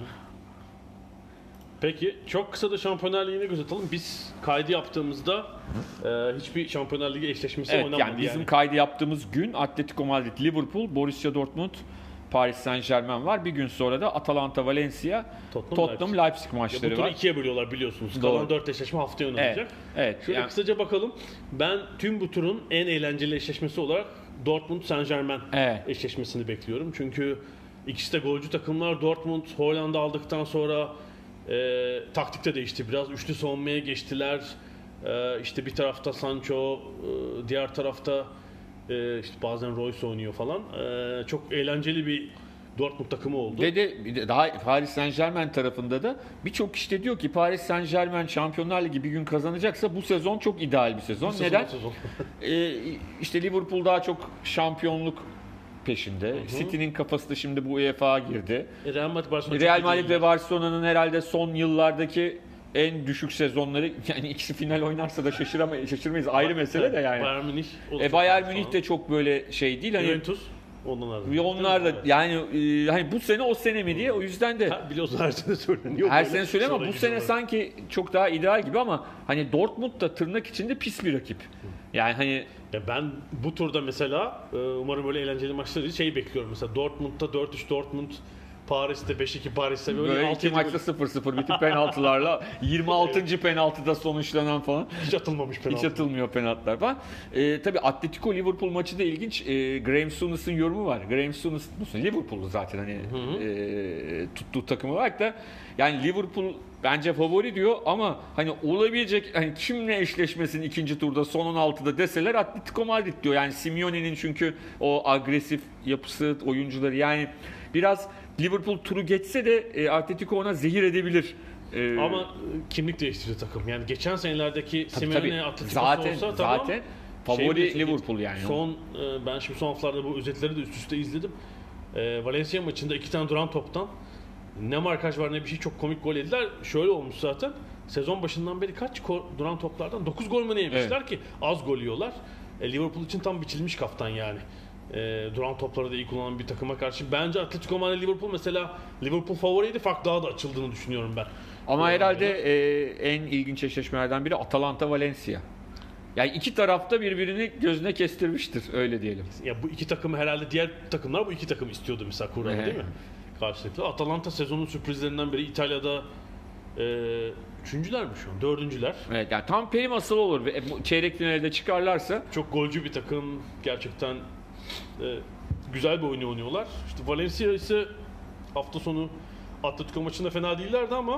Peki çok kısa da Şampiyonlar Ligi'ne göz atalım. Biz kaydı yaptığımızda e, hiçbir Şampiyonlar Ligi eşleşmesi Evet, oynanmadı yani bizim yani. kaydı yaptığımız gün Atletico Madrid, Liverpool, Borussia Dortmund, Paris Saint-Germain var. Bir gün sonra da Atalanta, Valencia, Tottenham, Tottenham, Leipzig. Leipzig Ya maçları bu turu var. ikiye bölüyorlar biliyorsunuz. Doğru. Kalan dört eşleşme haftaya oynanacak. Evet. Evet. Şöyle yani- kısaca bakalım. Ben tüm bu turun en eğlenceli eşleşmesi olarak Dortmund Saint Germain Evet. eşleşmesini bekliyorum. Çünkü ikisi de golcü takımlar. Dortmund Hollanda aldıktan sonra e, taktik de değişti biraz. Üçlü savunmaya geçtiler. E, işte bir tarafta Sancho, e, diğer tarafta e, işte bazen Royce oynuyor falan. E, çok eğlenceli bir Dortmund takımı oldu. Ve de bir de daha Paris Saint-Germain tarafında da birçok kişi de diyor ki Paris Saint-Germain Şampiyonlar Ligi bir gün kazanacaksa bu sezon çok ideal bir sezon. Bu sezon, Neden? bu sezon. Ee, işte Liverpool daha çok şampiyonluk peşinde. City'nin kafası da şimdi bu U E F A'ya girdi. E, Real Madrid, Barcelona Real çok iyi Madrid değiller. ve Barcelona'nın herhalde son yıllardaki en düşük sezonları, yani ikisi final oynarsa da şaşıramayız, şaşırmayız, ayrı mesele de yani. Bayern Münih. o da E çok Bayern iyi Münih falan. de çok böyle şey değil hani. Juventus. Ondan arada. Ve onlar da yani e, hani bu sene o sene mi diye, o yüzden de Ha, biliyorsun her sene söyleniyor. her böyle. sene söylüyorum ama Sonra bu sene gidiyorlar. sanki çok daha ideal gibi, ama hani Dortmund da tırnak içinde pis bir rakip. Yani hani Ya ben bu turda mesela e, umarım böyle eğlenceli maçları şeyi bekliyorum. Mesela Dortmund'da dört üç Dortmund, Paris'te beş iki Paris'te böyle, böyle altı iki yedi maçta gol- sıfır sıfır bitip penaltılarla yirmi altıncı penaltıda sonuçlanan falan. hiç atılmamış penaltı. Hiç atılmıyor penaltılar falan. Ee, tabii Atletico Liverpool maçı da ilginç. Ee, Graham Souness'ın yorumu var. Graham Souness Liverpool'lu zaten hani e, tuttuğu takımı olarak da, yani Liverpool bence favori diyor ama hani olabilecek, hani kimle eşleşmesin ikinci turda son on altıda deseler Atletico Madrid diyor. Yani Simeone'nin çünkü o agresif yapısı, oyuncuları, yani biraz Liverpool turu geçse de e, Atletico ona zehir edebilir. Ee, Ama e, kimlik değiştirici takım. Yani geçen senelerdeki Tabii, Simeone tabii. Atletico'su Zaten olsa tamam. zaten Şey favori biliyorsun, Liverpool yani. Son e, ben şimdi son haftalarda bu özetleri de üst üste izledim. E, Valencia maçında iki tane duran toptan ne markaj var ne bir şey, çok komik gol yediler. Şöyle olmuş zaten. Sezon başından beri kaç ko- duran toplardan dokuz gol mü ne yemişler Evet. ki az gol yiyorlar. E, Liverpool için tam biçilmiş kaftan yani. E, duran topları da iyi kullanan bir takıma karşı. Bence Atletico Madrid Liverpool mesela Liverpool favoriydi. Fark daha da açıldığını düşünüyorum ben. Ama Bu herhalde yani. e, en ilginç eşleşmelerden biri Atalanta Valencia. Yani iki tarafta birbirini gözüne kestirmiştir öyle diyelim. Ya bu iki takımı herhalde diğer takımlar bu iki takım istiyordu mesela Kur'an'ı Evet. değil mi? Karşılıklı. Atalanta sezonun sürprizlerinden biri. İtalya'da e, üçüncüler mi şu an? Dördüncüler. Evet, yani tam peri masalı olur. Ve bu çeyrek finalde çıkarlarsa Çok golcü bir takım. Gerçekten e, güzel bir oyun oynuyorlar. İşte Valencia ise hafta sonu Atletico maçında fena değillerdi ama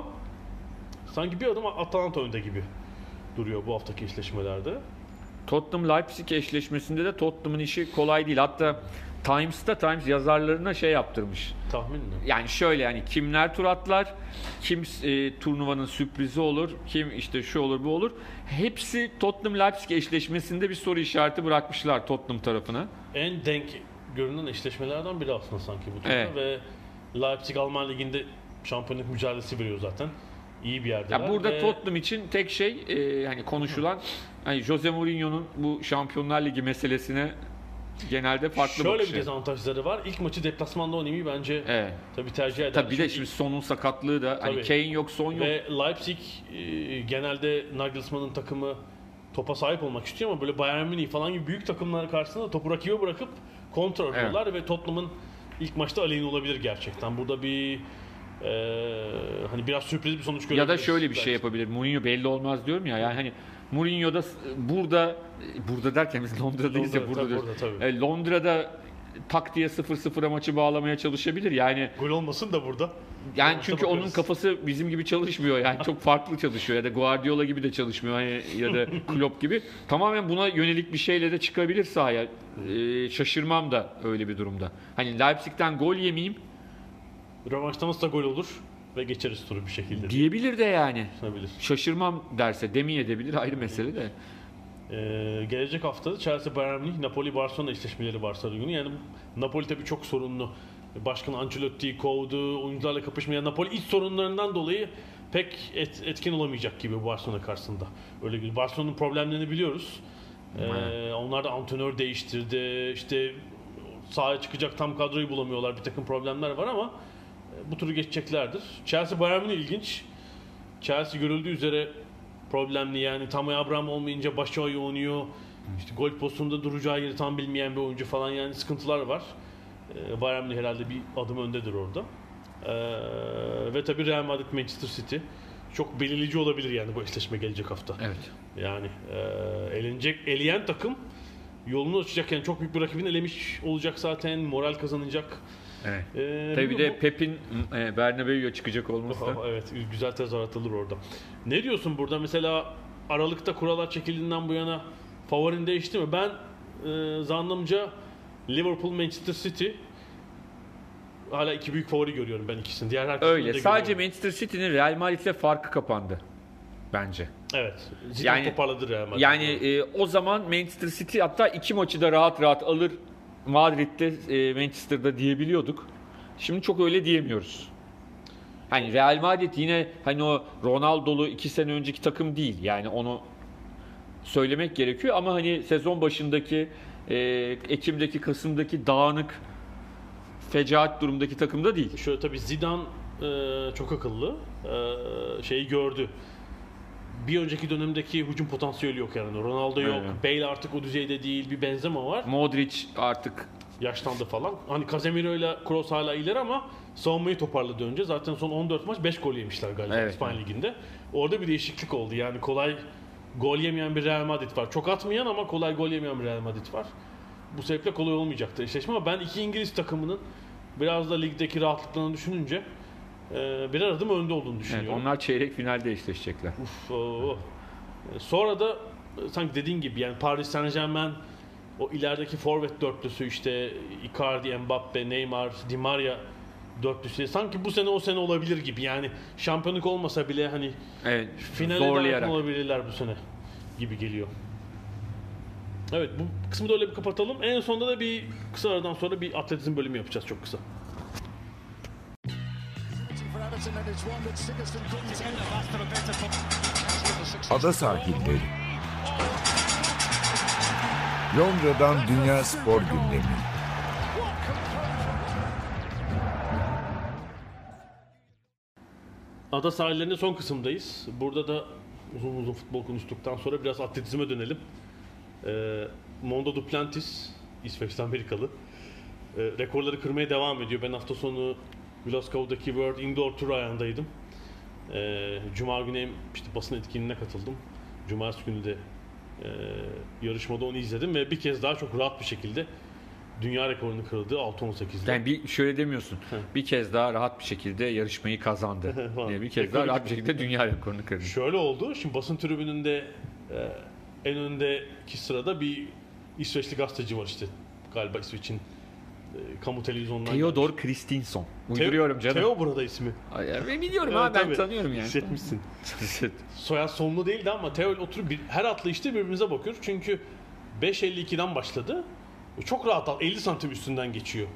sanki bir adım Atalanta önde gibi duruyor bu haftaki eşleşmelerde. Tottenham-Leipzig eşleşmesinde de Tottenham'ın işi kolay değil. Hatta Times'ta Times yazarlarına şey yaptırmış. Tahmin mi? Yani şöyle, yani kimler tur atlar, kim e, turnuvanın sürprizi olur, kim işte şu olur bu olur. Hepsi Tottenham-Leipzig eşleşmesinde bir soru işareti bırakmışlar Tottenham tarafına. En denk görünen eşleşmelerden biri aslında sanki bu turda Evet. ve Leipzig Alman Ligi'nde şampiyonluk mücadelesi veriyor zaten. İyi bir yerdeler. Ya burada ve Tottenham için tek şey e, hani konuşulan, hani Jose Mourinho'nun bu Şampiyonlar Ligi meselesine genelde farklı şöyle bakışı. bir dezavantajları var. İlk maçı deplasmanda oynamayı bence Evet. tabii tercih eder. Tabii bir de Çünkü- şimdi Son'un sakatlığı da hani Tabii. Kane yok, Son yok. Ve Leipzig e, genelde Nagelsmann'ın takımı topa sahip olmak istiyor ama böyle Bayern Münih falan gibi büyük takımlar karşısında topu rakibe bırakıp kontra arıyorlar ve Tottenham'ın ilk maçta aleyhine olabilir gerçekten. Burada bir e, hani biraz sürpriz bir sonuç Ya görebiliriz. da şöyle bir şey belki. yapabilir. Mourinho belli olmaz diyorum ya. Yani hani Mourinho da burada burada derken biz Londra'dayız ya, Londra, burada tabii, diyoruz. burada, tabii. E, Londra'da tak diye sıfır sıfıra maçı bağlamaya çalışabilir. Yani Gol olmasın da burada. yani Maçta çünkü onun bakarız. kafası bizim gibi çalışmıyor. Yani çok farklı çalışıyor, ya da Guardiola gibi de çalışmıyor, hani ya da Klopp gibi. Tamamen buna yönelik bir şeyle de çıkabilir sahaya. E, şaşırmam da öyle bir durumda. Hani Leipzig'ten gol yemeyeyim Rövanşta nasıl da gol olur ve geçeriz turu bir şekilde. diyebilir de yani. Düşünebilir. Şaşırmam derse demeyebilir, ayrı mesele de. Ee, gelecek hafta Chelsea, Bayern Münih, Napoli, Barcelona eşleşmeleri var salı günü. Yani Napoli tabii çok sorunlu. Başkan Ancelotti'yi kovdu, oyuncularla kapışmaya. Napoli iç sorunlarından dolayı pek et, etkin olamayacak gibi Barcelona karşısında. Öyle gibi. Barcelona'nın problemlerini biliyoruz. Ee, onlar da antrenör değiştirdi. İşte sahaya çıkacak tam kadroyu bulamıyorlar. Bir takım problemler var ama e, bu turu geçeceklerdir. Chelsea, Bayern Münih ilginç. Chelsea görüldüğü üzere problemli, yani Tammy Abraham olmayınca Başakşehir oynuyor. İşte gol pozisyonunda duracağı yeri tam bilmeyen bir oyuncu falan, yani sıkıntılar var. Ee, Bayern Münih herhalde bir adım öndedir orada. Ee, ve tabii Real Madrid, Manchester City çok belirleyici olabilir yani bu eşleşme gelecek hafta. Evet. Yani e, elenecek, eleyen takım yolunu açacak, yani çok büyük bir rakibini elemiş olacak zaten, moral kazanacak. Evet. Ee, Tabii bir bu- de Pep'in e, Bernabeu'ya çıkacak olması da. Aha, evet, güzel tezahürat alır orada. Ne diyorsun burada? Mesela Aralık'ta kurallar çekildiğinden bu yana favorin değişti mi? Ben e, zannımca Liverpool, Manchester City hala iki büyük favori görüyorum ben ikisini. Diğer herkesin Öyle. de Sadece görüyorum. Manchester City'nin Real Madrid'le farkı kapandı bence. Evet. Zidane Yani- toparladı Real Madrid. Yani e, o zaman Manchester City hatta iki maçı da rahat rahat alır Madrid'de, e, Manchester'da diyebiliyorduk. Şimdi çok öyle diyemiyoruz. Hani Real Madrid yine hani o Ronaldo'lu iki sene önceki takım değil. Yani onu söylemek gerekiyor ama hani sezon başındaki e, Ekim'deki, Kasım'daki dağınık, fecaat durumdaki takımda değil. Şöyle tabii Zidane e, çok akıllı. E, şeyi gördü. Bir önceki dönemdeki hücum potansiyeli yok yani. Ronaldo yok. Evet. Bale artık o düzeyde değil. Bir Benzema var. Modric artık Yaşlandı falan. Hani Casemiro ile Kroos hala iyiler ama savunmayı toparladı önce. Zaten son on dört maç beş gol yemişler galiba Evet, İspanya evet. Ligi'nde. Orada bir değişiklik oldu. Yani kolay gol yemeyen bir Real Madrid var. Çok atmayan ama kolay gol yemeyen bir Real Madrid var. Bu sebeple kolay olmayacaktı eşleşme ama ben iki İngiliz takımının biraz da ligdeki rahatlıklarını düşününce e, birer adım önde olduğunu evet, düşünüyorum. onlar çeyrek finalde eşleşecekler. Uf, o. Sonra da e, sanki dediğin gibi yani Paris Saint-Germain o ilerideki forvet dörtlüsü, işte Icardi, Mbappe, Neymar, Di Maria dörtlüsü sanki bu sene o sene olabilir gibi. Yani şampiyonluk olmasa bile hani Evet, finale de yakın zorlayarak. olabilirler bu sene gibi geliyor. Evet, bu kısmı da öyle bir kapatalım. En sonunda da bir kısa aradan sonra bir atletizm bölümü yapacağız, çok kısa. Ada sahilleri. Londra'dan Dünya Spor Gündemi. Ada sahillerinde son kısımdayız. Burada da uzun uzun futbol konuştuktan sonra biraz atletizme dönelim. Ee, Mondo Duplantis, İsveçli Amerikalı. Ee, rekorları kırmaya devam ediyor. Ben hafta sonu Glasgow'daki World Indoor Tour ayağındaydım. Ee, Cuma günü hem işte basın etkinliğine katıldım. Cumartesi günü de e, yarışmada onu izledim ve bir kez daha çok rahat bir şekilde dünya rekorunu kırdı altı on sekizde. Yani bir şöyle demiyorsun. Bir kez daha rahat bir şekilde yarışmayı kazandı. Yani bir kez daha rahat bir şekilde dünya rekorunu kırdı. Şöyle oldu. Şimdi basın tribününde e, en öndeki sırada bir İsveçli gazeteci var işte. Galiba İsveç'in e, kamu televizyonundan. Theodor Kristinsson. Uyduruyorum canım. Theo burada ismi. Ay, ya ben biliyorum Evet, abi ben tabii. tanıyorum yani. Hissetmişsin. Soyad sonlu değildi ama Theo ile oturup bir, her atlayışta birbirimize bakıyoruz. Çünkü beş elli ikiden başladı. Çok rahat at, elli santim üstünden geçiyor.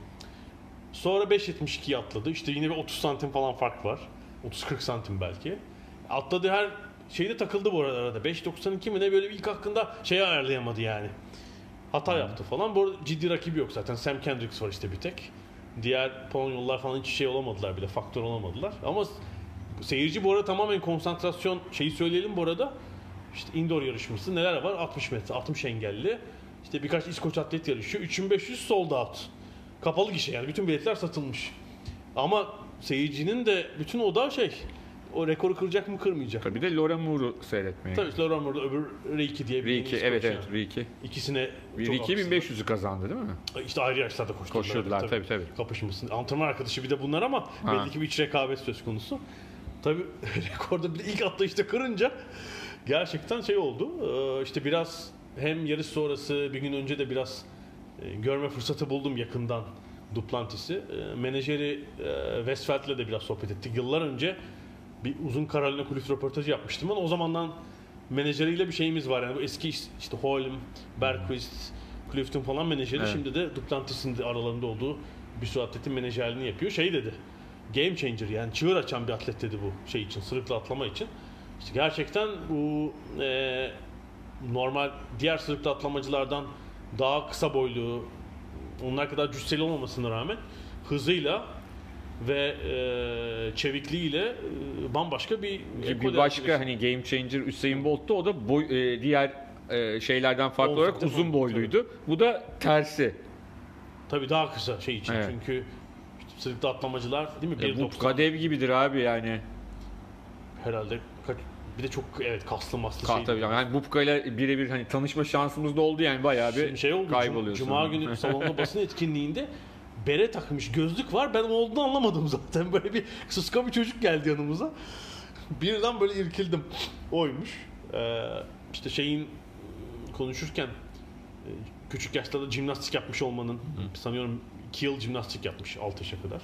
Sonra beş yetmiş ikiye atladı. İşte yine bir otuz santim falan fark var. otuz kırk santim belki. Atladığı her şeyde takıldı bu arada. beş doksan iki mi ne böyle bir ilk hakkında şeyi ayarlayamadı yani. Hata yaptı falan. Bu arada ciddi rakibi yok zaten. Sam Kendricks var işte bir tek. Diğer Polonyalılar falan hiç şey olamadılar bile. Faktör olamadılar. Ama seyirci bu arada tamamen konsantrasyon şeyi söyleyelim bu arada. İşte indoor yarışması neler var? altmış metre, altmış engelli. İşte birkaç İskoç atlet yarışıyor. üç bin beş yüz sold out. Kapalı gişe yani. Bütün biletler satılmış. Ama seyircinin de bütün odağı şey, o rekoru kıracak mı kırmayacak mı? Bir de Laura Moore'u seyretmeye. Tabii Laura Moore'da öbür Reiki diye bir Reiki, evet evet Reiki. İkisine Reiki bin beş yüzü kazandı değil mi? İşte ayrı yaşlarda koşturdular. Koşuyorlar tabii tabii. Kapışmasın. Antrenman arkadaşı bir de bunlar ama Ha. belli ki bir iç rekabet söz konusu. Tabii rekorda bir de ilk atlayışta kırınca gerçekten şey oldu. Ee, işte biraz hem yarış sonrası bir gün önce de biraz e, görme fırsatı buldum yakından Duplantis'i. E, menajeri e, Westfeld'le de biraz sohbet ettik. Yıllar önce bir uzun Karolina kulüp röportajı yapmıştım ama o zamandan menajeriyle bir şeyimiz var. Yani bu eski işte Holm, Bergqvist, Clifton falan menajeri. Evet. Şimdi de Duplantis'in de aralarında olduğu bir sürü atletin menajerliğini yapıyor. Şey dedi. Game changer yani çığır açan bir atlet dedi bu şey için, sırıkla atlama için. İşte gerçekten bu e, normal diğer sırıkla atlamacılardan daha kısa boylu, onlar kadar cüsseli olmamasına rağmen hızıyla ve e, çevikliğiyle e, bambaşka bir Bir başka hani game changer Usain Bolt'tu. O da boy, e, diğer e, şeylerden farklı Olsun, olarak değil mi? uzun boyluydu. Bu da tersi. Tabii daha kısa şey için. Evet. Çünkü işte sırıkla atlamacılar değil mi? E, bir bu doksan Kadev gibidir abi yani. herhalde kaç, bir de çok evet kaslı maslı Ka- şey. tabii yani Bubka ile birebir hani tanışma şansımız da oldu yani bayağı bir Şimdi şey oldu. kayboluyorsun. Cuma günü salonda basın etkinliğinde bere takmış, gözlük var. Ben olduğunu anlamadım zaten. Böyle bir sıska bir çocuk geldi yanımıza. Birden böyle irkildim. Oymuş. Ee, işte şeyin konuşurken e, küçük yaşta da jimnastik yapmış olmanın Hı. sanıyorum iki yıl jimnastik yapmış altı yaşa kadar.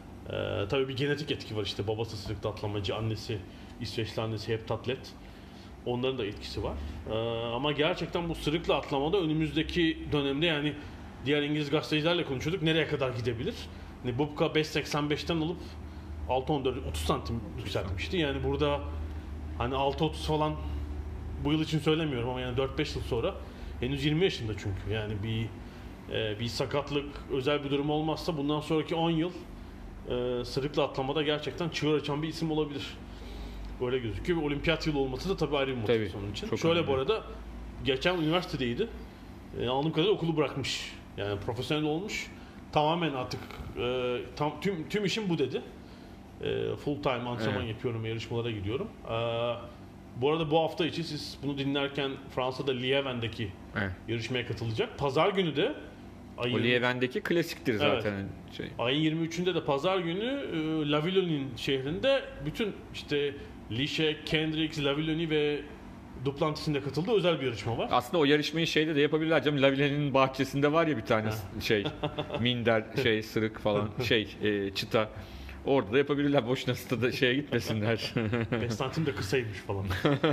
Ee, tabii bir genetik etki var işte. Babası sırıkta atlamacı, annesi İsveçli annesi hep atlet. Onların da etkisi var. Ee, ama gerçekten bu sırıkla atlamada önümüzdeki dönemde yani diğer İngiliz gazetecilerle konuşuyorduk. Nereye kadar gidebilir? Yani Bubka beş seksen beşten alıp altı on dört otuz santim yükseltmişti. Yani burada hani altı otuz falan bu yıl için söylemiyorum ama yani dört beş yıl sonra henüz yirmi yaşında çünkü. Yani bir e, bir sakatlık, özel bir durum olmazsa bundan sonraki on yıl e, sırıkla atlamada gerçekten çığır açan bir isim olabilir. Öyle gözüküyor ve olimpiyat yılı olması da tabii ayrı bir motivasyon onun için. çok Şöyle önemli. bu arada geçen üniversitedeydi. E, anladığım kadarıyla okulu bırakmış. Yani profesyonel olmuş. Tamamen artık e, tam tüm tüm işim bu dedi. E, full time antrenman Evet. yapıyorum, yarışmalara gidiyorum. E, bu arada bu hafta içi siz bunu dinlerken Fransa'da Lieven'deki Evet. yarışmaya katılacak. Pazar günü de O ayın, Lieven'deki klasiktir zaten. Şey. ayın yirmi üçünde de pazar günü e, Lavillon'in şehrinde bütün işte Liche, Kendricks, Lavilloni ve Duplantis'in de katıldığı özel bir yarışma var. Aslında o yarışmayı şeyde de yapabilirler canım. Lavile'nin bahçesinde var ya bir tane şey minder şey sırık falan şey e, çıta. Orada da yapabilirler. Boşuna stada şeye gitmesinler. beş santim de kısaymış falan.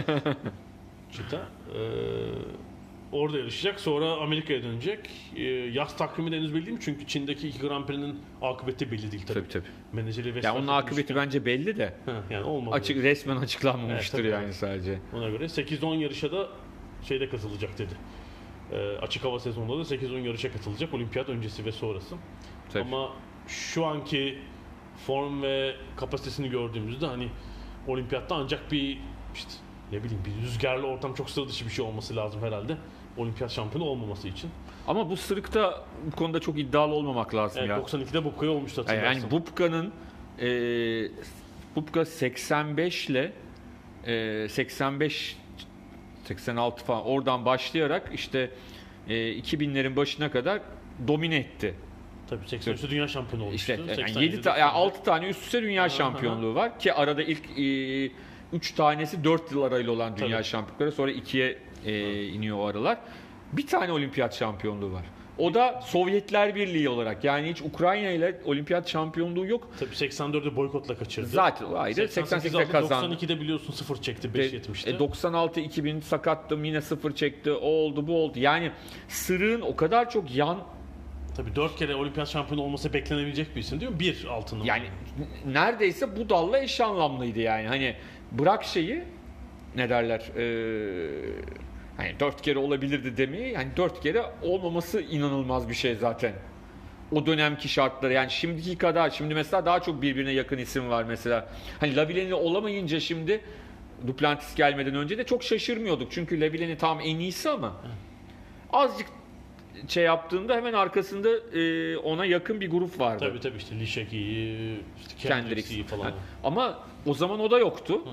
Çita. Ee, orada yarışacak. Sonra Amerika'ya dönecek. Ee, yaz takvimi de henüz belli değil mi? Çünkü Çin'deki iki Grand Prix'nin akıbeti belli değil tabii. tabii tabii. Menajeri ve Ya onun akıbeti bence belli de yani olmadı. açık resmen açıklanmamıştır Evet, tabii. yani sadece. Ona göre sekiz on yarışa da şeyde katılacak dedi. Ee, açık hava sezonunda da sekiz on yarışa katılacak. Olimpiyat öncesi ve sonrası. Tabii. Ama şu anki form ve kapasitesini gördüğümüzde hani Olimpiyatta ancak bir işte ne bileyim bir rüzgarlı ortam, çok sıra dışı bir şey olması lazım herhalde. Olimpiyat şampiyonu olmaması için. Ama bu sırıkta bu konuda çok iddialı olmamak lazım Evet, ya. doksan ikide Bubka'ya olmuştu hatırlarsın. Yani Bubka'nın e, Bubka seksen beş ile e, seksen beş seksen altı falan oradan başlayarak işte e, iki binlerin başına kadar domine etti. Tabii seksen üçte dünya şampiyonu olmuştu. İşte yani yedi ta- yani altı tane üst üste dünya şampiyonluğu var ki arada ilk üç tanesi dört yıl arayla olan dünya Tabii. şampiyonlukları, sonra ikiye e, iniyor o aralar. Bir tane olimpiyat şampiyonluğu var. O da Sovyetler Birliği olarak. Yani hiç Ukrayna ile olimpiyat şampiyonluğu yok. Tabii seksen dörtte boykotla kaçırdı. Zaten o ayrı. seksen sekizde kazandı. doksan ikide biliyorsun sıfır çekti beş yetmişte. E, doksan altı iki bin sakattım, yine sıfır çekti. O oldu, bu oldu. Yani sırığın o kadar çok yan, Tabii dört kere olimpiyat şampiyonu olması beklenebilecek bir isim değil mi? Bir altını. yani n- neredeyse bu dalla eş anlamlıydı yani. Hani bırak şeyi, ne derler, ee, hani dört kere olabilirdi demeyi, yani dört kere olmaması inanılmaz bir şey zaten. O dönemki şartları, yani şimdiki kadar, şimdi mesela daha çok birbirine yakın isim var mesela. Hani Lavilen'i olamayınca şimdi, Duplantis gelmeden önce de çok şaşırmıyorduk. Çünkü Lavilen'i tam en iyisi ama azıcık şey yaptığında hemen arkasında e, ona yakın bir grup vardı. Tabii tabii işte Lishaki'yi, işte Kendricks Kendricks'i falan. Ha, ama o zaman o da yoktu. Hı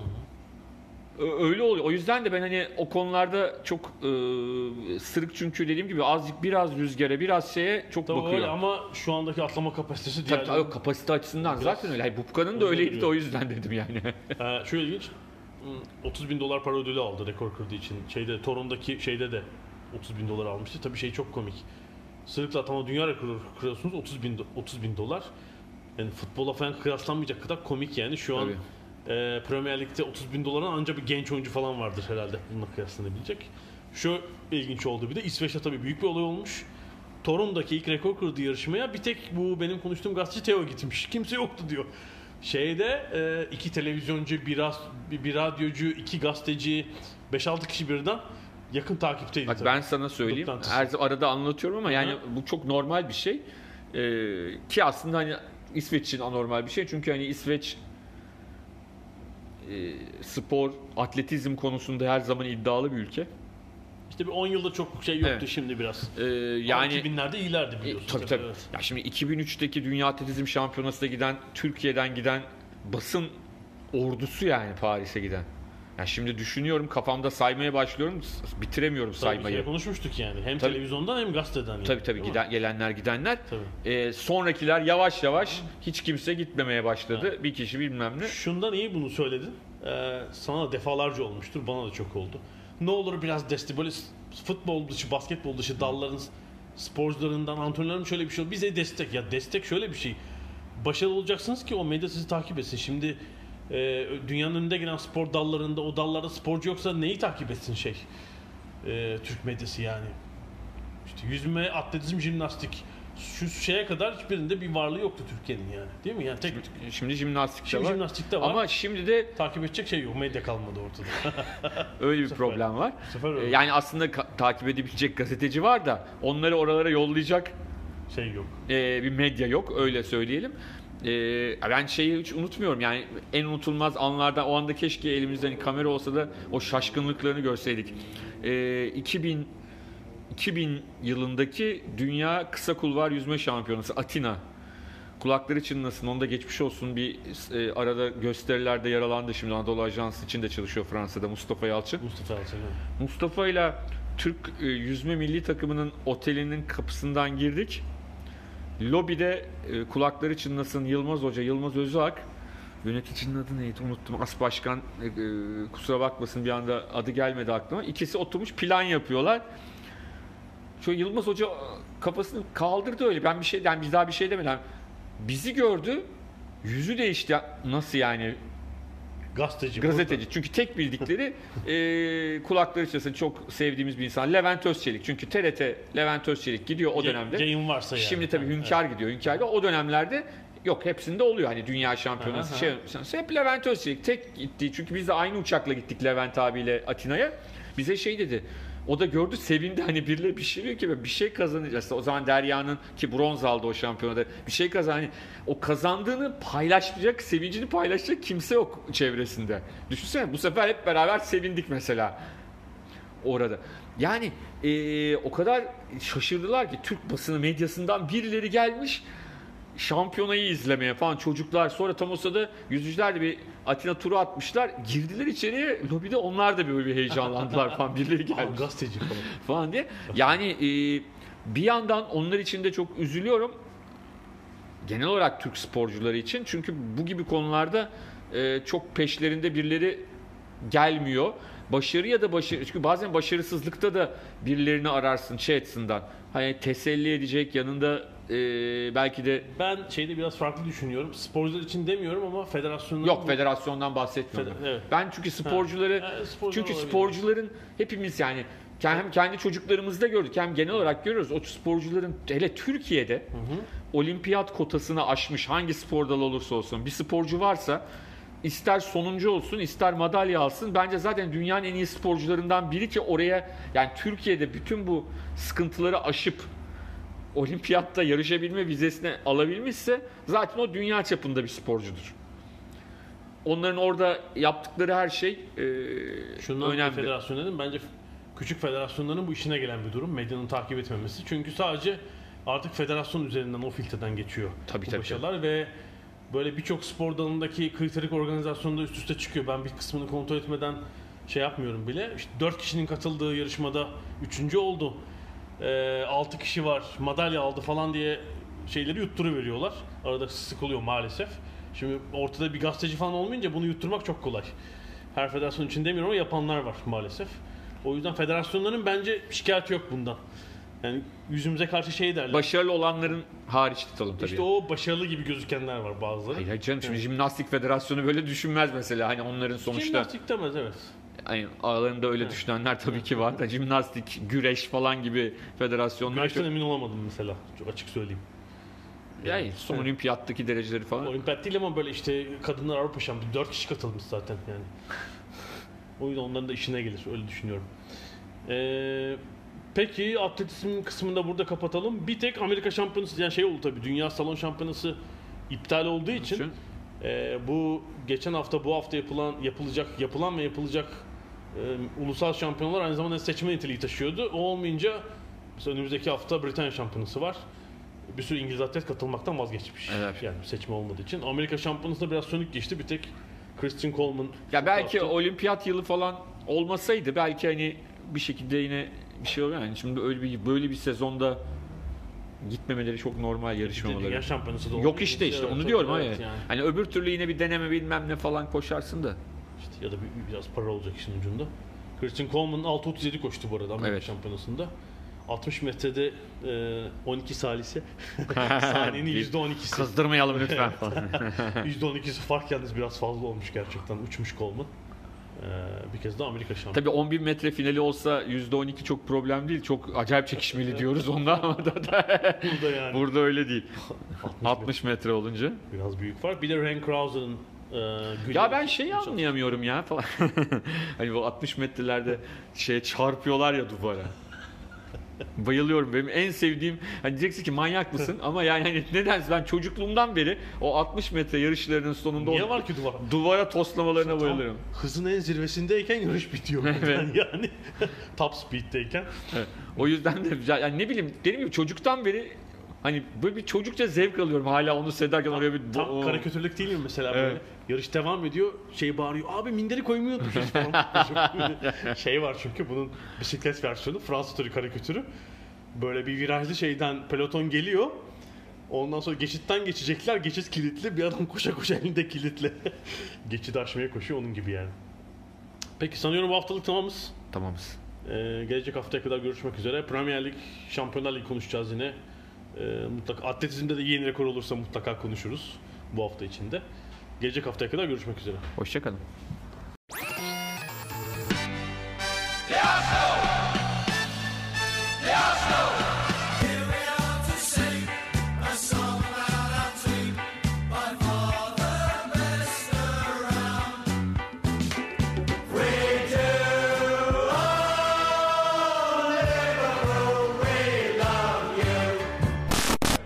hı. Ö- Öyle oluyor. O yüzden de ben hani o konularda çok e, sırık, çünkü dediğim gibi azıcık biraz rüzgara, biraz şeye çok Tabii bakıyor. öyle ama şu andaki atlama kapasitesi Tabii, diğer. tabii, kapasite açısından Biraz zaten öyle. Hayır, Bubka'nın da öyle öyleydi de duruyor. o yüzden dedim yani. Ee, şu ilginç. otuz bin dolar para ödülü aldı rekor kırdığı için. Şeyde Toronto'daki şeyde de otuz bin dolar almıştı. Tabii şey çok komik. Sırıkla atlama dünya rekoru kırıyorsunuz otuz bin otuz bin dolar. Yani futbola falan kıyaslanmayacak kadar komik yani. Şu an Tabii. e, Premier Lig'de otuz bin dolara ancak bir genç oyuncu falan vardır herhalde bununla kıyaslanabilecek. Şu ilginç oldu bir de İsveç'te tabii büyük bir olay olmuş. Toronto'daki ilk rekor kırdığı yarışmaya bir tek bu benim konuştuğum gazeteci Theo gitmiş. Kimse yoktu diyor. Şeyde e, iki televizyoncu, bir, ras- bir, bir radyocu, iki gazeteci, beş altı kişi birden yakın takipteydi. Bak tabii. ben sana söyleyeyim. Duplantis. Her arada anlatıyorum ama yani Hı. bu çok normal bir şey. Ee, ki aslında hani İsveç için anormal bir şey. Çünkü hani İsveç e, spor, atletizm konusunda her zaman iddialı bir ülke. İşte bir on yılda çok şey yoktu, Evet. şimdi biraz. Ee, Yani yani iki binlerde iyilerdi E, biliyorsun. tabii tabii. Evet. Ya şimdi iki bin üçteki Dünya Atletizm Şampiyonası'na giden, Türkiye'den giden basın ordusu, yani Paris'e giden. Ya şimdi düşünüyorum, kafamda saymaya başlıyorum, s- bitiremiyorum Tabii saymayı. şey konuşmuştuk yani. Hem Tabii. televizyondan hem gazeteden. Yani, Tabii tabii, değil mi? giden, gelenler gidenler. Tabii. Ee, sonrakiler yavaş yavaş hiç kimse gitmemeye başladı. Bir kişi bilmem ne. Şundan iyi bunu söyledin. Ee, sana da defalarca olmuştur. Bana da çok oldu. Ne olur biraz destek, böyle futbol dışı, basketbol dışı dalların sporcularından, antrenörlerin şöyle bir şey olur. Bize destek. Ya destek şöyle bir şey. Başarılı olacaksınız ki o medya sizi takip etsin. Şimdi e, dünyanın önünde gelen spor dallarında, o dallarda sporcu yoksa neyi takip etsin şey? E, Türk medyası yani. İşte yüzme, atletizm, jimnastik. Şu şeye kadar hiçbirinde bir varlığı yoktu Türkiye'nin yani. Değil mi? Yani tek Şimdi jimnastikte Şimdi var. jimnastikte var. Ama şimdi de takip edecek şey yok. Medya kalmadı ortada. öyle bir sefer- problem var. bu sefer öyle. Ee, Yani aslında ka- takip edebilecek gazeteci var da onları oralara yollayacak şey yok. e, bir medya yok, öyle söyleyelim. E, ben şeyi hiç unutmuyorum, yani en unutulmaz anlardan, o anda keşke elimizde hani kamera olsa da o şaşkınlıklarını görseydik. E, iki bin iki bin yılındaki Dünya Kısa Kulvar Yüzme Şampiyonası Atina. Kulakları çınlasın, onda geçmiş olsun, bir e, arada gösterilerde yaralandı, şimdi Anadolu Ajansı için de çalışıyor Fransa'da, Mustafa Yalçın. Mustafa Yalçın. evet. Mustafa ile Türk e, yüzme milli takımının otelinin kapısından girdik. Lobide e, kulakları çınlasın Yılmaz Hoca, Yılmaz Özak. Yöneticinin adı neydi unuttum. As Başkan e, e, kusura bakmasın, bir anda adı gelmedi aklıma. İkisi oturmuş plan yapıyorlar. Şöyle Yılmaz Hoca kafasını kaldırdı öyle. Ben bir şey, yani biz daha bir şey demeden. Bizi gördü. Yüzü değişti. Nasıl yani? Gazeteci. Gazeteci. Çünkü tek bildikleri e, kulakları çınlasın, çok sevdiğimiz bir insan. Levent Özçelik. Çünkü T R T Levent Özçelik gidiyor o Ye- dönemde. Yayın varsa yani. Şimdi tabii Evet. Hünkar gidiyor. Hünkar da o dönemlerde yok, hepsinde oluyor. Hani dünya şampiyonası Aha, şey. Hep Levent Özçelik tek gitti. Çünkü biz de aynı uçakla gittik Levent abiyle Atina'ya. Bize şey dedi. O da gördü, sevindi, hani birileri bir şey diyor ki bir şey kazanacağız. O zaman Derya'nın ki bronz aldı o şampiyonada. Bir şey kazan, hani o kazandığını paylaşacak, sevincini paylaşacak kimse yok çevresinde. Düşünsene, bu sefer hep beraber sevindik mesela orada. Yani ee, o kadar şaşırdılar ki Türk basını medyasından birileri gelmiş şampiyonayı izlemeye falan, çocuklar. Sonra tam o sırada yüzücüler de bir Atina turu atmışlar. Girdiler içeriye, lobide onlar da böyle bir heyecanlandılar falan. Birileri gelmiş. Gazeteci falan. falan diye. Yani e, bir yandan onlar için de çok üzülüyorum. Genel olarak Türk sporcuları için. Çünkü bu gibi konularda e, çok peşlerinde birileri gelmiyor. Başarı ya da başarı, çünkü bazen başarısızlıkta da birilerini ararsın şey açısından. Hani teselli edecek, yanında e, belki de... Ben şeyde biraz farklı düşünüyorum. Sporcular için demiyorum ama federasyonların... Yok, federasyondan bahsetmiyorum. Feder- evet. Ben çünkü sporcuları, Ha, e, sporcular çünkü olabilir. sporcuların hepimiz yani hem kendi çocuklarımızda gördük hem genel olarak görüyoruz. O sporcuların hele Türkiye'de hı hı. olimpiyat kotasını aşmış hangi spor dalı olursa olsun bir sporcu varsa, ister sonuncu olsun, ister madalya alsın, bence zaten dünyanın en iyi sporcularından biri ki oraya, yani Türkiye'de bütün bu sıkıntıları aşıp olimpiyatta yarışabilme vizesini alabilmişse zaten o dünya çapında bir sporcudur. Onların orada yaptıkları her şey e, Şundan önemli. Federasyon dedim. Bence küçük federasyonların bu işine gelen bir durum. Medyanın takip etmemesi. Çünkü sadece artık federasyon üzerinden, o filtreden geçiyor Tabii, bu tabii. başarılar ve böyle birçok spor dalındaki kriterik organizasyonda üst üste çıkıyor. Ben bir kısmını kontrol etmeden şey yapmıyorum bile. İşte dört kişinin katıldığı yarışmada üçüncü oldu. E, altı kişi var, madalya aldı falan diye şeyleri yutturuveriyorlar. Arada sık oluyor maalesef. Şimdi ortada bir gazeteci falan olmayınca bunu yutturmak çok kolay. Her federasyon için demiyorum ama yapanlar var maalesef. O yüzden federasyonların bence şikayeti yok bundan. Yani yüzümüze karşı şey derler. Başarılı olanların hariç tutalım tabii. İşte o başarılı gibi gözükenler var bazıları. Hayır canım, şimdi Evet. Jimnastik Federasyonu böyle düşünmez mesela. Hani onların sonuçta Jimnastik demez, evet. hani aralarında öyle Evet. düşünenler tabii ki var da jimnastik, güreş falan gibi federasyonlar Güreşten çok... emin olamadım mesela. Çok açık söyleyeyim. Yani son Evet. olimpiyattaki dereceleri falan. Olimpiyat değil ama böyle işte kadınlar Avrupa Şampiyonu. dört kişi katılmış zaten yani. O yüzden onların da işine gelir. Öyle düşünüyorum. Ee, peki atletizm kısmında burada kapatalım. Bir tek Amerika Şampiyonası, yani şey oldu tabii. Dünya Salon Şampiyonası iptal olduğu için için? e, bu geçen hafta bu hafta yapılan yapılacak yapılan ve yapılacak e, ulusal şampiyonlar aynı zamanda seçme niteliği taşıyordu. O olmayınca mesela önümüzdeki hafta Britanya Şampiyonası var. Bir sürü İngiliz atlet katılmaktan vazgeçmiş. Evet. Yani seçme olmadığı için. Amerika Şampiyonası'nda biraz sönük geçti. Bir tek Christian Coleman. Ya belki yaptı. olimpiyat yılı falan olmasaydı belki hani bir şekilde yine bir şey olur yani. Şimdi öyle bir böyle bir sezonda gitmemeleri çok normal, yarışmamaları. Dünya Şampiyonası da Yok olmuyor. işte işte Evet, onu tabii, diyorum evet hayır. yani. Hani öbür türlü yine bir deneme bilmem ne falan koşarsın da. İşte ya da bir, biraz para olacak işin ucunda. Christian Coleman altı otuz yedi koştu bu arada Amerika Evet. Şampiyonası'nda. altmış metrede e, on iki salise. Saniyenin yüzde on ikisi. Kızdırmayalım lütfen falan. yüzde on ikisi fark yalnız biraz fazla olmuş gerçekten. Uçmuş Coleman. Ee, bir kez de Amerika şampiyonu. Tabii on bin metre finali olsa yüzde on iki çok problem değil. Çok acayip çekişmeli diyoruz onda ama da, da Burada yani. burada öyle değil. altmış altmış metre olunca. Biraz büyük fark. Bir de Ren Krauser'ın e, Güler- Ya ben şeyi anlayamıyorum ya falan. Hani bu altmış metrelerde şeye çarpıyorlar ya duvara. Bayılıyorum. Benim en sevdiğim, hani diyeceksin ki manyak mısın ama yani hani nedense ben çocukluğumdan beri o altmış metre yarışlarının sonunda Niye o var ki duvar? duvara toslamalarına Tam bayılıyorum. hızın en zirvesindeyken yarış bitiyor. Evet. Yani top speed'deyken. Evet. O yüzden de yani ne bileyim, dediğim gibi çocuktan beri hani böyle bir çocukça zevk alıyorum hala onu seyrederken oraya bir Tam o- karikatürlük değil mi mesela Evet. böyle? Yarış devam ediyor, şey bağırıyor, abi minderi koymayı unutmuşuz falan. Şey var çünkü bunun bisiklet versiyonu, Fransız turu karikatürü. Böyle bir virajlı şeyden peloton geliyor. Ondan sonra geçitten geçecekler, geçit kilitli. Bir adam koşa koşa elinde kilitle. Geçidi aşmaya koşuyor, onun gibi yani. Peki sanıyorum bu haftalık tamamız. Tamamız. Ee, gelecek haftaya kadar görüşmek üzere. Premier Lig, Şampiyonlar Ligi konuşacağız yine. Ee, mutlaka atletizmde de yeni rekor olursa mutlaka konuşuruz bu hafta içinde. Gelecek haftaya kadar görüşmek üzere. Hoşçakalın.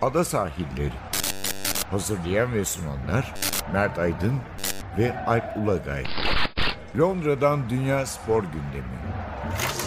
Ada Sahilleri. Hazırlayan ve sunanlar Mert Aydın ve Alp Ulagay. Londra'dan Dünya Spor Gündemi.